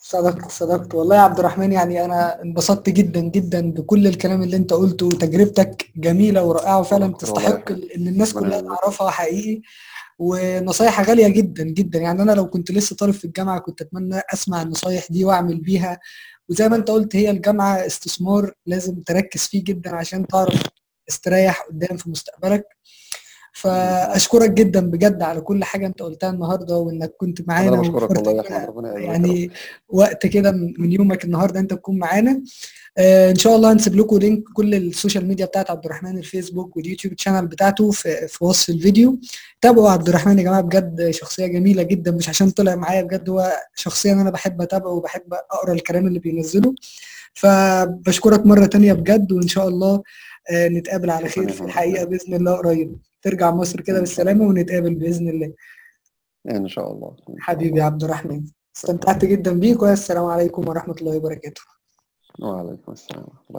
Speaker 1: صدقت صدقت والله يا عبد الرحمن، يعني انا انبسطت جدا جدا بكل الكلام اللي انت قلته، وتجربتك جميلة ورائعة
Speaker 2: وانا
Speaker 1: وفعلا
Speaker 2: اكتر والله يا
Speaker 1: تستحق
Speaker 2: حبيبي.
Speaker 1: ان الناس
Speaker 2: ربنا
Speaker 1: كلها
Speaker 2: يعزك.
Speaker 1: تعرفها حقيقي. ونصايح غالية جدا جدا، يعني انا لو كنت لسه طالب في الجامعة كنت اتمنى اسمع النصايح دي واعمل بيها. وزي ما انت قلت، هي الجامعة استثمار لازم تركز فيه جدا عشان تعرف تستريح قدام في مستقبلك. فاشكرك جدا بجد على كل حاجه انت قلتها النهارده، وانك كنت
Speaker 2: انا انا
Speaker 1: معانا
Speaker 2: بشكرك
Speaker 1: ووفرت
Speaker 2: والله يا احمد،
Speaker 1: لنا
Speaker 2: ربنا يعزك يا رب.
Speaker 1: يعني وقت كده من من يومك النهارده انت تكون معانا. آه ان شاء الله هنسيب لكم لينك كل السوشيال ميديا بتاعت عبد الرحمن، الفيسبوك واليوتيوب شانل بتاعته في في وصف الفيديو. تابعوا عبد الرحمن يا جماعه، بجد شخصيه جميله جدا، مش عشان طلع معايا، بجد هو شخصيا انا بحب اتابعه وبحب اقرا الكلام اللي بينزله. فبشكرك مره تانية بجد، وان شاء الله آه نتقابل على
Speaker 2: شكرا
Speaker 1: خير
Speaker 2: يا
Speaker 1: في
Speaker 2: احمد، ربنا
Speaker 1: الحقيقه
Speaker 2: يعزك.
Speaker 1: باذن الله قريب. ترجع مصر كده
Speaker 2: ان شاء
Speaker 1: بالسلامة
Speaker 2: الله.
Speaker 1: ونتقابل بإذن الله.
Speaker 2: ان شاء الله ان شاء
Speaker 1: حبيبي يا
Speaker 2: الله.
Speaker 1: عبد الرحمن،
Speaker 2: شكرا.
Speaker 1: استمتعت جدا بيك، والسلام عليكم ورحمة الله وبركاته.
Speaker 2: وعليكم السلام.